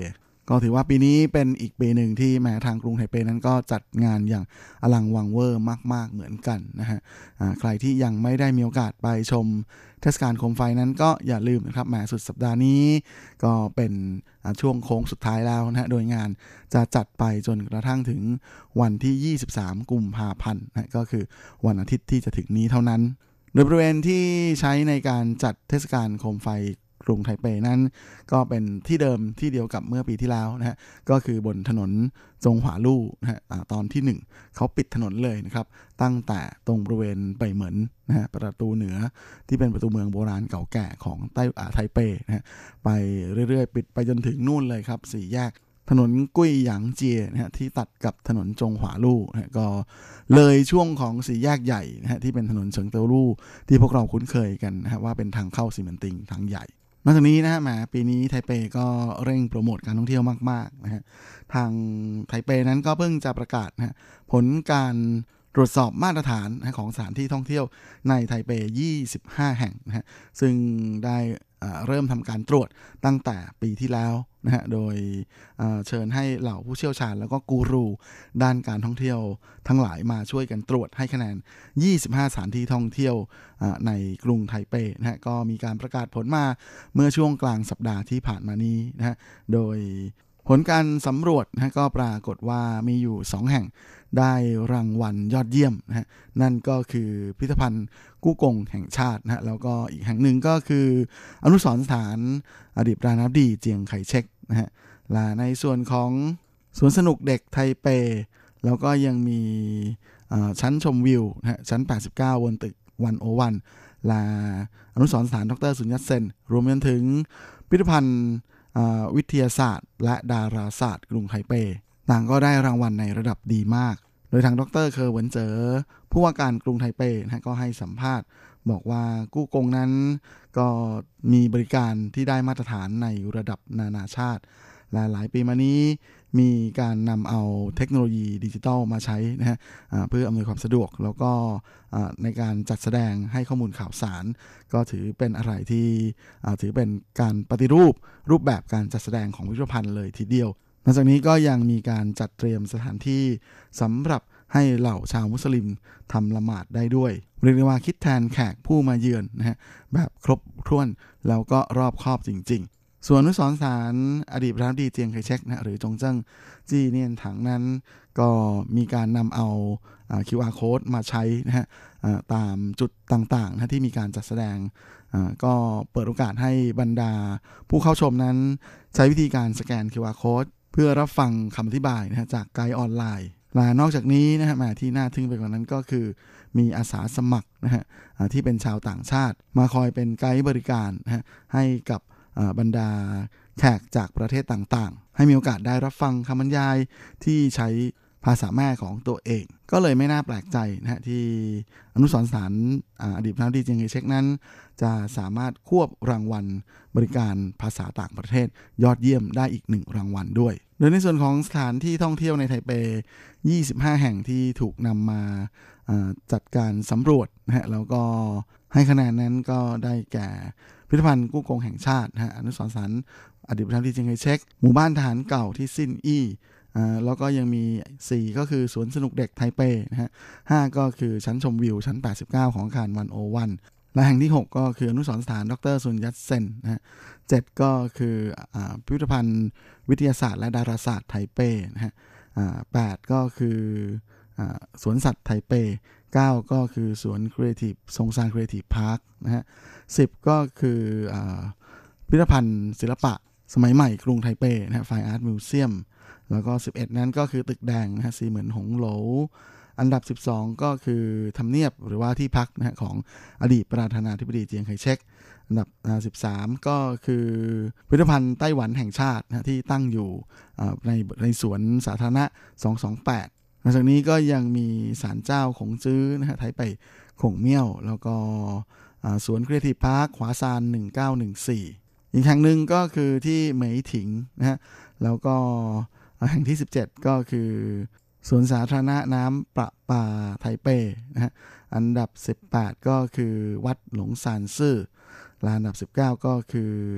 ก็ถือว่าปีนี้เป็นอีกปีหนึ่งที่แม้ทางกรุงไทเปนั้นก็จัดงานอย่างอลังวังเวอร์มากๆเหมือนกันนะฮะใครที่ยังไม่ได้มีโอกาสไปชมเทศกาลโคมไฟนั้นก็อย่าลืมนะครับแม้สุดสัปดาห์นี้ก็เป็นช่วงโค้งสุดท้ายแล้วนะฮะโดยงานจะจัดไปจนกระทั่งถึงวันที่ยี่สิบสามกุมภาพันธ์นะก็คือวันอาทิตย์ที่จะถึงนี้เท่านั้นโดยบริเวณที่ใช้ในการจัดเทศกาลโคมไฟกรุงไทเปนั้นก็เป็นที่เดิมที่เดียวกับเมื่อปีที่แล้วนะฮะก็คือบนถนนจงหวาลู่นะฮะตอนที่หนึ่งเขาปิดถนนเลยนะครับตั้งแต่ตรงบริเวณไปเหมือนนะฮะประตูเหนือที่เป็นประตูเมืองโบราณเก่าแก่ของไต้ไทเปนะฮะไปเรื่อยๆปิดไปจนถึงนู่นเลยครับสี่แยกถนนกุ้ยหยางเจียนะฮะที่ตัดกับถนนจงหวาลู่นะฮะก็เลยช่วงของสี่แยกใหญ่นะฮะที่เป็นถนนเฉิงเตาลู่ที่พวกเราคุ้นเคยกันนะฮะว่าเป็นทางเข้าซีเมนติงทางใหญ่นอกจากนี้นะฮะแหมปีนี้ไทเปก็เร่งโปรโมทการท่องเที่ยวมากๆนะฮะทางไทเปนั้นก็เพิ่งจะประกาศนะฮะผลการตรวจสอบมาตรฐานนะของสถานที่ท่องเที่ยวในไทเปยี่สิบห้าแห่งนะฮะซึ่งได้เริ่มทำการตรวจตั้งแต่ปีที่แล้วนะฮะโดยเชิญให้เหล่าผู้เชี่ยวชาญแล้วก็กูรูด้านการท่องเที่ยวทั้งหลายมาช่วยกันตรวจให้คะแนนยี่สิบห้าสถานที่ท่องเที่ยวในกรุงไทเปนะฮะก็มีการประกาศผลมาเมื่อช่วงกลางสัปดาห์ที่ผ่านมานี้นะฮะโดยผลการสำรวจนะก็ปรากฏว่ามีอยู่สองแห่งได้รางวัลยอดเยี่ยมนะฮะนั่นก็คือพิพิธภัณฑ์กู้กงแห่งชาตินะฮะแล้วก็อีกแห่งหนึ่งก็คืออนุสรณ์สถานอดีตประธานาธิบดีเจียงไคเชกนะฮะและในส่วนของสวนสนุกเด็กไทเปแล้วก็ยังมีชั้นชมวิวนะฮะชั้นแปดสิบเก้าบนตึกหนึ่งศูนย์หนึ่งและอนุสรณ์สถานดรสุญญัตเซนรวมไปถึงพิพิธภัณฑ์วิทยาศาสตร์และดาราศาสตร์กรุงไทเปต่างก็ได้รางวัลในระดับดีมากโดยทางดรเคอร์เหวินเจ๋อผู้ว่าการกรุงไทเปนะก็ให้สัมภาษณ์บอกว่ากู้กงนั้นก็มีบริการที่ได้มาตรฐานในระดับนานาชาติและหลายปีมานี้มีการนำเอาเทคโนโลยีดิจิทัลมาใช้นะฮะเพื่ออำนวยความสะดวกแล้วก็ในการจัดแสดงให้ข้อมูลข่าวสารก็ถือเป็นอะไรที่ถือเป็นการปฏิรูปรูปแบบการจัดแสดงของพิพิธภัณฑ์เลยทีเดียวนอกจากนี้ก็ยังมีการจัดเตรียมสถานที่สำหรับให้เหล่าชาวมุสลิมทำละหมาดได้ด้วยเรียกได้ว่าคิดแทนแขกผู้มาเยือนนะฮะแบบครบถ้วนแล้วก็รอบคอบจริงๆส่วนอนุสรณ์สถานอดีตประธานาธิบดีเจียงไคเชกนะหรือจงเจิ้งจี้เนียนถังนั้นก็มีการนำเอา คิว อาร์ Code มาใช้นะฮะตามจุดต่างๆนะที่มีการจัดแสดงก็เปิดโอกาสให้บรรดาผู้เข้าชมนั้นใช้วิธีการสแกน คิว อาร์ Code เพื่อรับฟังคำอธิบายนะฮะจากไกด์ออนไลน์และนอกจากนี้นะฮะมาที่น่าทึ่งไปกว่านั้นก็คือมีอาสาสมัครนะฮะที่เป็นชาวต่างชาติมาคอยเป็นไกด์บริการนะฮะให้กับบรรดาแขกจากประเทศต่างๆให้มีโอกาสได้รับฟังคำบรรยายที่ใช้ภาษาแม่ของตัวเองก็เลยไม่น่าแปลกใจนะฮะที่อนุสรณ์สถานอดีตประธานาธิบดีเจียงไคเชกนั้นจะสามารถควบรางวัลบริการภาษาต่างประเทศยอดเยี่ยมได้อีกหนึ่งรางวัลด้วยโดยในส่วนของสถานที่ท่องเที่ยวในไทเปยี่สิบห้าแห่งที่ถูกนำมาจัดการสำรวจนะฮะแล้วก็ให้คะแนนนั้นก็ได้แก่พิพิธภัณฑ์กู้กงแห่งชาตินะฮะอนุสรณ์สถานอดีตประธานาธิบดีเจียงไคเชกหมู่บ้านทหารเก่าที่ซินอี้แล้วก็ยังมีสี่ก็คือสวนสนุกเด็กไทเปนะฮะห้าก็คือชั้นชมวิวชั้นแปดสิบเก้าของอาคารหนึ่งศูนย์หนึ่งและแห่งที่หกก็คืออนุสรณ์สถานดรสุญญัตเซนนะฮะเจ็ดก็คือพิพิธภัณฑ์วิทยาศาสตร์และดาราศาสตร์ไทเปนะฮะแปดก็คือสวนสัตว์ไทเปเก้าก็คือสวนครีเอทีฟซงซานครีเอทีฟพาร์คนะฮะสิบก็คือพิพิธภัณฑ์ศิลปะสมัยใหม่กรุงไทเปนะฮะไฟอาร์ตมิวเซียมแล้วก็สิบเอ็ดนั้นก็คือตึกแดงนะฮะสีเหมือนหงโหลอันดับสิบสองก็คือทำเนียบหรือว่าที่พักนะฮะของอดีตประธานาธิบดีเจียงไคเชกอันดับสิบสามก็คือพิพิธภัณฑ์ไต้หวันแห่งชาตินะที่ตั้งอยู่ในในสวนสาธารณะสองสองแปดนอกจากนี้ก็ยังมีศาลเจ้าขงจื้อนะฮะไทเปขงเมี่ยวแล้วก็สวนครีเอทีฟพาร์คขวาซานหนึ่งเก้าหนึ่งสี่อีกแห่งหนึ่งก็คือที่เหมยถิงนะฮะแล้วก็แห่งที่สิบเจ็ดก็คือสวนสาธารณะน้ำประปาไทเปนะฮะอันดับสิบแปดก็คือวัดหลงซานซื่อและอันดับสิบเก้าก็คือ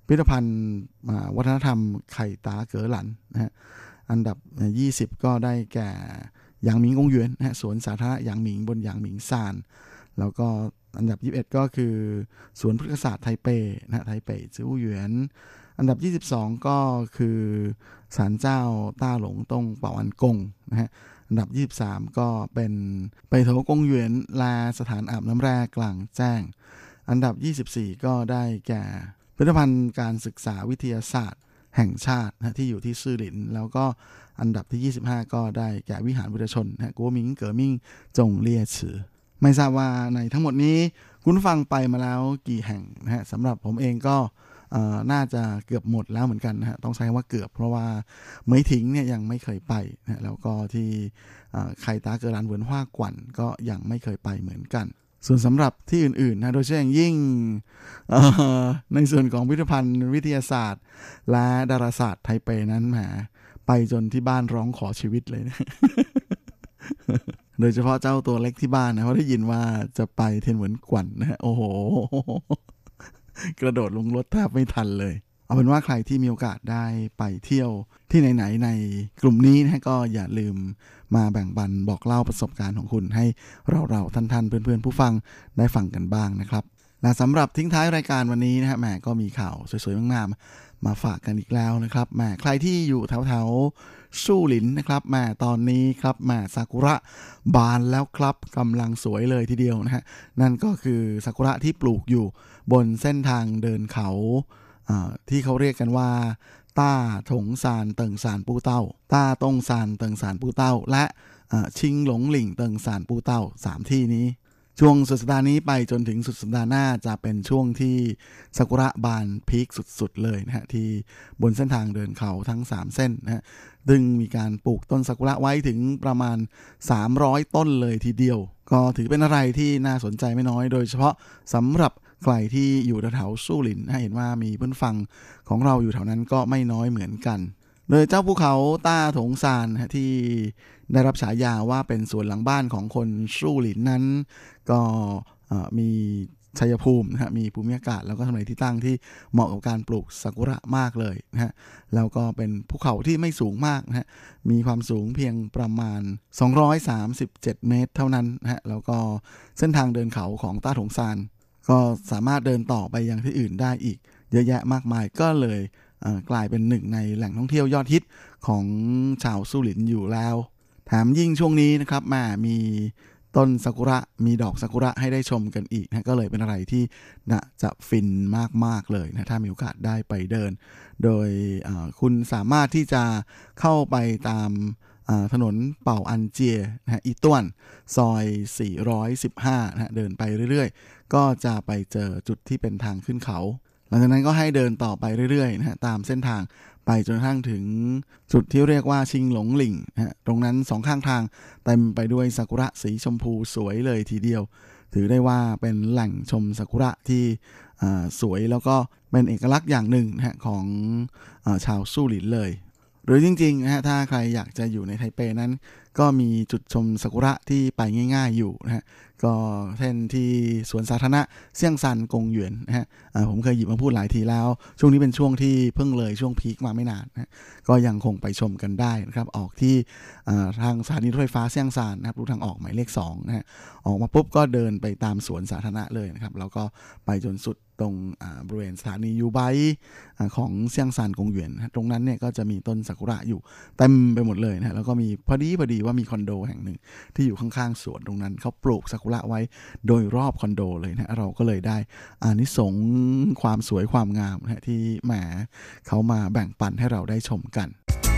พิพิธภัณฑ์วัฒนธรรมไข่ตาเก๋อหลันนะฮะอันดับยี่สิบก็ได้แก่หยางหมิงกงหยวนนะฮะสวนสาธารณะหยางหมิงบนหยางหมิงซานแล้วก็อันดับยี่สิบเอ็ดก็คือสวนพฤกษศาสตร์ไทเปนะไทเปจื้อหยวนอันดับยี่สิบสองก็คือศาลเจ้าต้าหลงตงเป่าอันกงนะฮะอันดับยี่สิบสามก็เป็นไปโถกงหยวนลาสถานอาบน้ำแร่กลางแจ้งอันดับยี่สิบสี่ก็ได้แก่พิพิธภัณฑ์การศึกษาวิทยาศาสตร์แห่งชาตินะที่อยู่ที่ซื่อหลินแล้วก็อันดับที่ยี่สิบห้าก็ได้แก่วิหารพุทธชนนะกัวหมิงเก๋อมิ่งจงเลี่ยฉือไม่ทราบว่าในทั้งหมดนี้คุณฟังไปมาแล้วกี่แห่งนะฮะสำหรับผมเองก็น่าจะเกือบหมดแล้วเหมือนกันนะฮะต้องใช้ว่าเกือบเพราะว่าเหมยถิงเนี่ยยังไม่เคยไปนะแล้วก็ที่ไข่ตาเก๋อหลันเหวินฮวากวันก็ยังไม่เคยไปเหมือนกันส่วนสำหรับที่อื่นๆนะโดยเฉพาะอย่างยิ่งในส่วนของพิพิธภัณฑ์วิทยาศาสตร์และดาราศาสตร์ไทเปนั้นแหมไปจนที่บ้านร้องขอชีวิตเลยนะ โดยเฉพาะเจ้าตัวเล็กที่บ้านนะเพราะได้ยินว่าจะไปเทียนเหวินกวันนะฮะโอ้โห กระโดดลงรถแทบไม่ทันเลยเอาเป็นว่าใครที่มีโอกาสได้ไปเที่ยวที่ไหนๆในกลุ่มนี้นะก็อย่าลืมมาแบ่งปันบอกเล่าประสบการณ์ของคุณให้เราๆท่านๆเพื่อนๆผู้ฟังได้ฟังกันบ้างนะครับและสำหรับทิ้งท้ายรายการวันนี้นะฮะแหมก็มีข่าวสวยๆงามๆมาฝากกันอีกแล้วนะครับแหมใครที่อยู่แถวๆสู้หลินนะครับแหมตอนนี้ครับแหมซากุระบานแล้วครับกำลังสวยเลยทีเดียวนะฮะนั่นก็คือซากุระที่ปลูกอยู่บนเส้นทางเดินเขาที่เขาเรียกกันว่าต้าถงซานเติงซานปูเต้าต้าตงซานเติงซานปูเต้าและชิงหลงหลิ่งเติงซานปูเต้าสามที่นี้ช่วงสุดสัปดาห์นี้ไปจนถึงสุดสัปดาห์หน้าจะเป็นช่วงที่ซากุระบานพีคสุดๆเลยนะฮะที่บนเส้นทางเดินเขาทั้งสามเส้นนะฮะซึ่งมีการปลูกต้นซากุระไว้ถึงประมาณสามร้อยต้นเลยทีเดียวก็ถือเป็นอะไรที่น่าสนใจไม่น้อยโดยเฉพาะสำหรับใครที่อยู่แถวๆสู้หลินเห็นว่ามีเพื่อนฟังของเราอยู่แถวนั้นก็ไม่น้อยเหมือนกันโดยเจ้าภูเขาต้าถงซานที่ได้รับฉายาว่าเป็นสวนหลังบ้านของคนสู้หลินนั้นก็มีชัยภูมินะฮะมีภูมิอากาศแล้วก็ทำเลที่ตั้งที่เหมาะกับการปลูกซากุระมากเลยนะฮะแล้วก็เป็นภูเขาที่ไม่สูงมากนะฮะมีความสูงเพียงประมาณสองร้อยสามสิบเจ็ดเมตรเท่านั้นนะฮะแล้วก็เส้นทางเดินเขาของต้าถงซานก็สามารถเดินต่อไปยังที่อื่นได้อีกเยอะแยะมากมายก็เลยกลายเป็นหนึ่งในแหล่งท่องเที่ยวยอดฮิตของชาวสู้หลินอยู่แล้วแถมยิ่งช่วงนี้นะครับมามีต้นซากุระมีดอกซากุระให้ได้ชมกันอีกนะก็เลยเป็นอะไรที่น่าจะฟินมากๆเลยนะถ้ามีโอกาสได้ไปเดินโดยคุณสามารถที่จะเข้าไปตามถนนเป่าอันเจียนะฮะอีต้วนซอยสี่ร้อยสิบห้านะฮะเดินไปเรื่อยๆก็จะไปเจอจุดที่เป็นทางขึ้นเขาหลังจากนั้นก็ให้เดินต่อไปเรื่อยๆนะฮะตามเส้นทางไปจนกระทั่งถึงจุดที่เรียกว่าชิงหลงหลิ่งนะฮะตรงนั้นสองข้างทางเต็มไปด้วยซากุระสีชมพูสวยเลยทีเดียวถือได้ว่าเป็นแหล่งชมซากุระที่สวยแล้วก็เป็นเอกลักษณ์อย่างหนึ่งนะฮะของชาวสู้หลินเลยหรือจริงๆนะฮะถ้าใครอยากจะอยู่ในไทเปนั้นก็มีจุดชมซากุระที่ไปง่ายๆอยู่นะฮะก็เช่นที่สวนสาธารณะเซี่ยงซันกงหยวนนะฮะผมเคยหยิบมาพูดหลายทีแล้วช่วงนี้เป็นช่วงที่เพิ่งเลยช่วงพีคมาไม่นานนะก็ยังคงไปชมกันได้นะครับออกที่ทางสถานีรถไฟฟ้าเซี่ยงซันนะครับรูทางออกหมายเลขสองนะฮะออกมาปุ๊บก็เดินไปตามสวนสาธารณะเลยนะครับแล้วก็ไปจนสุดตรงบริเวณสถานียูไบของเซี่ยงซันกงหยวนตรงนั้นเนี่ยก็จะมีต้นซากุระอยู่เต็มไปหมดเลยนะแล้วก็มีพอดีพอดีว่ามีคอนโดแห่งหนึ่งที่อยู่ข้างๆสวนตรงนั้นเขาปลูกซากุระไว้โดยรอบคอนโดเลยนะเราก็เลยได้อานิสงส์ความสวยความงามนะที่แหมเขามาแบ่งปันให้เราได้ชมกัน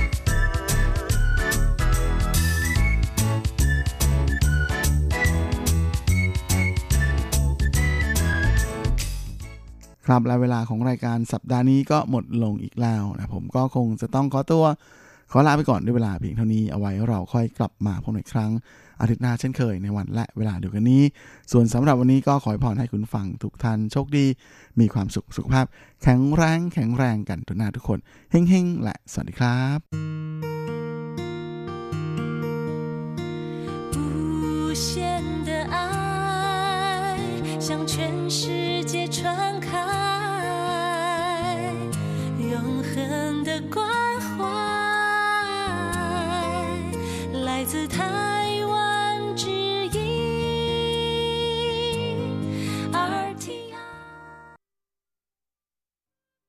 ครับและเวลาของรายการสัปดาห์นี้ก็หมดลงอีกแล้วนะผมก็คงจะต้องขอตัวขอลาไปก่อนด้วยเวลาเพียงเท่านี้เอาไว้เราค่อยกลับมาพบกันอีกครั้งอาทิตย์หน้าเช่นเคยในวันและเวลาเดียวกันนี้ส่วนสำหรับวันนี้ก็ขอให้พรให้คุณฟังทุกท่านโชคดีมีความสุขสุขภาพแข็งแรงแข็งแรงกันทุกหน้าทุกคนเฮ้งๆและสวัสดีครับ无限的爱向全世界传开的关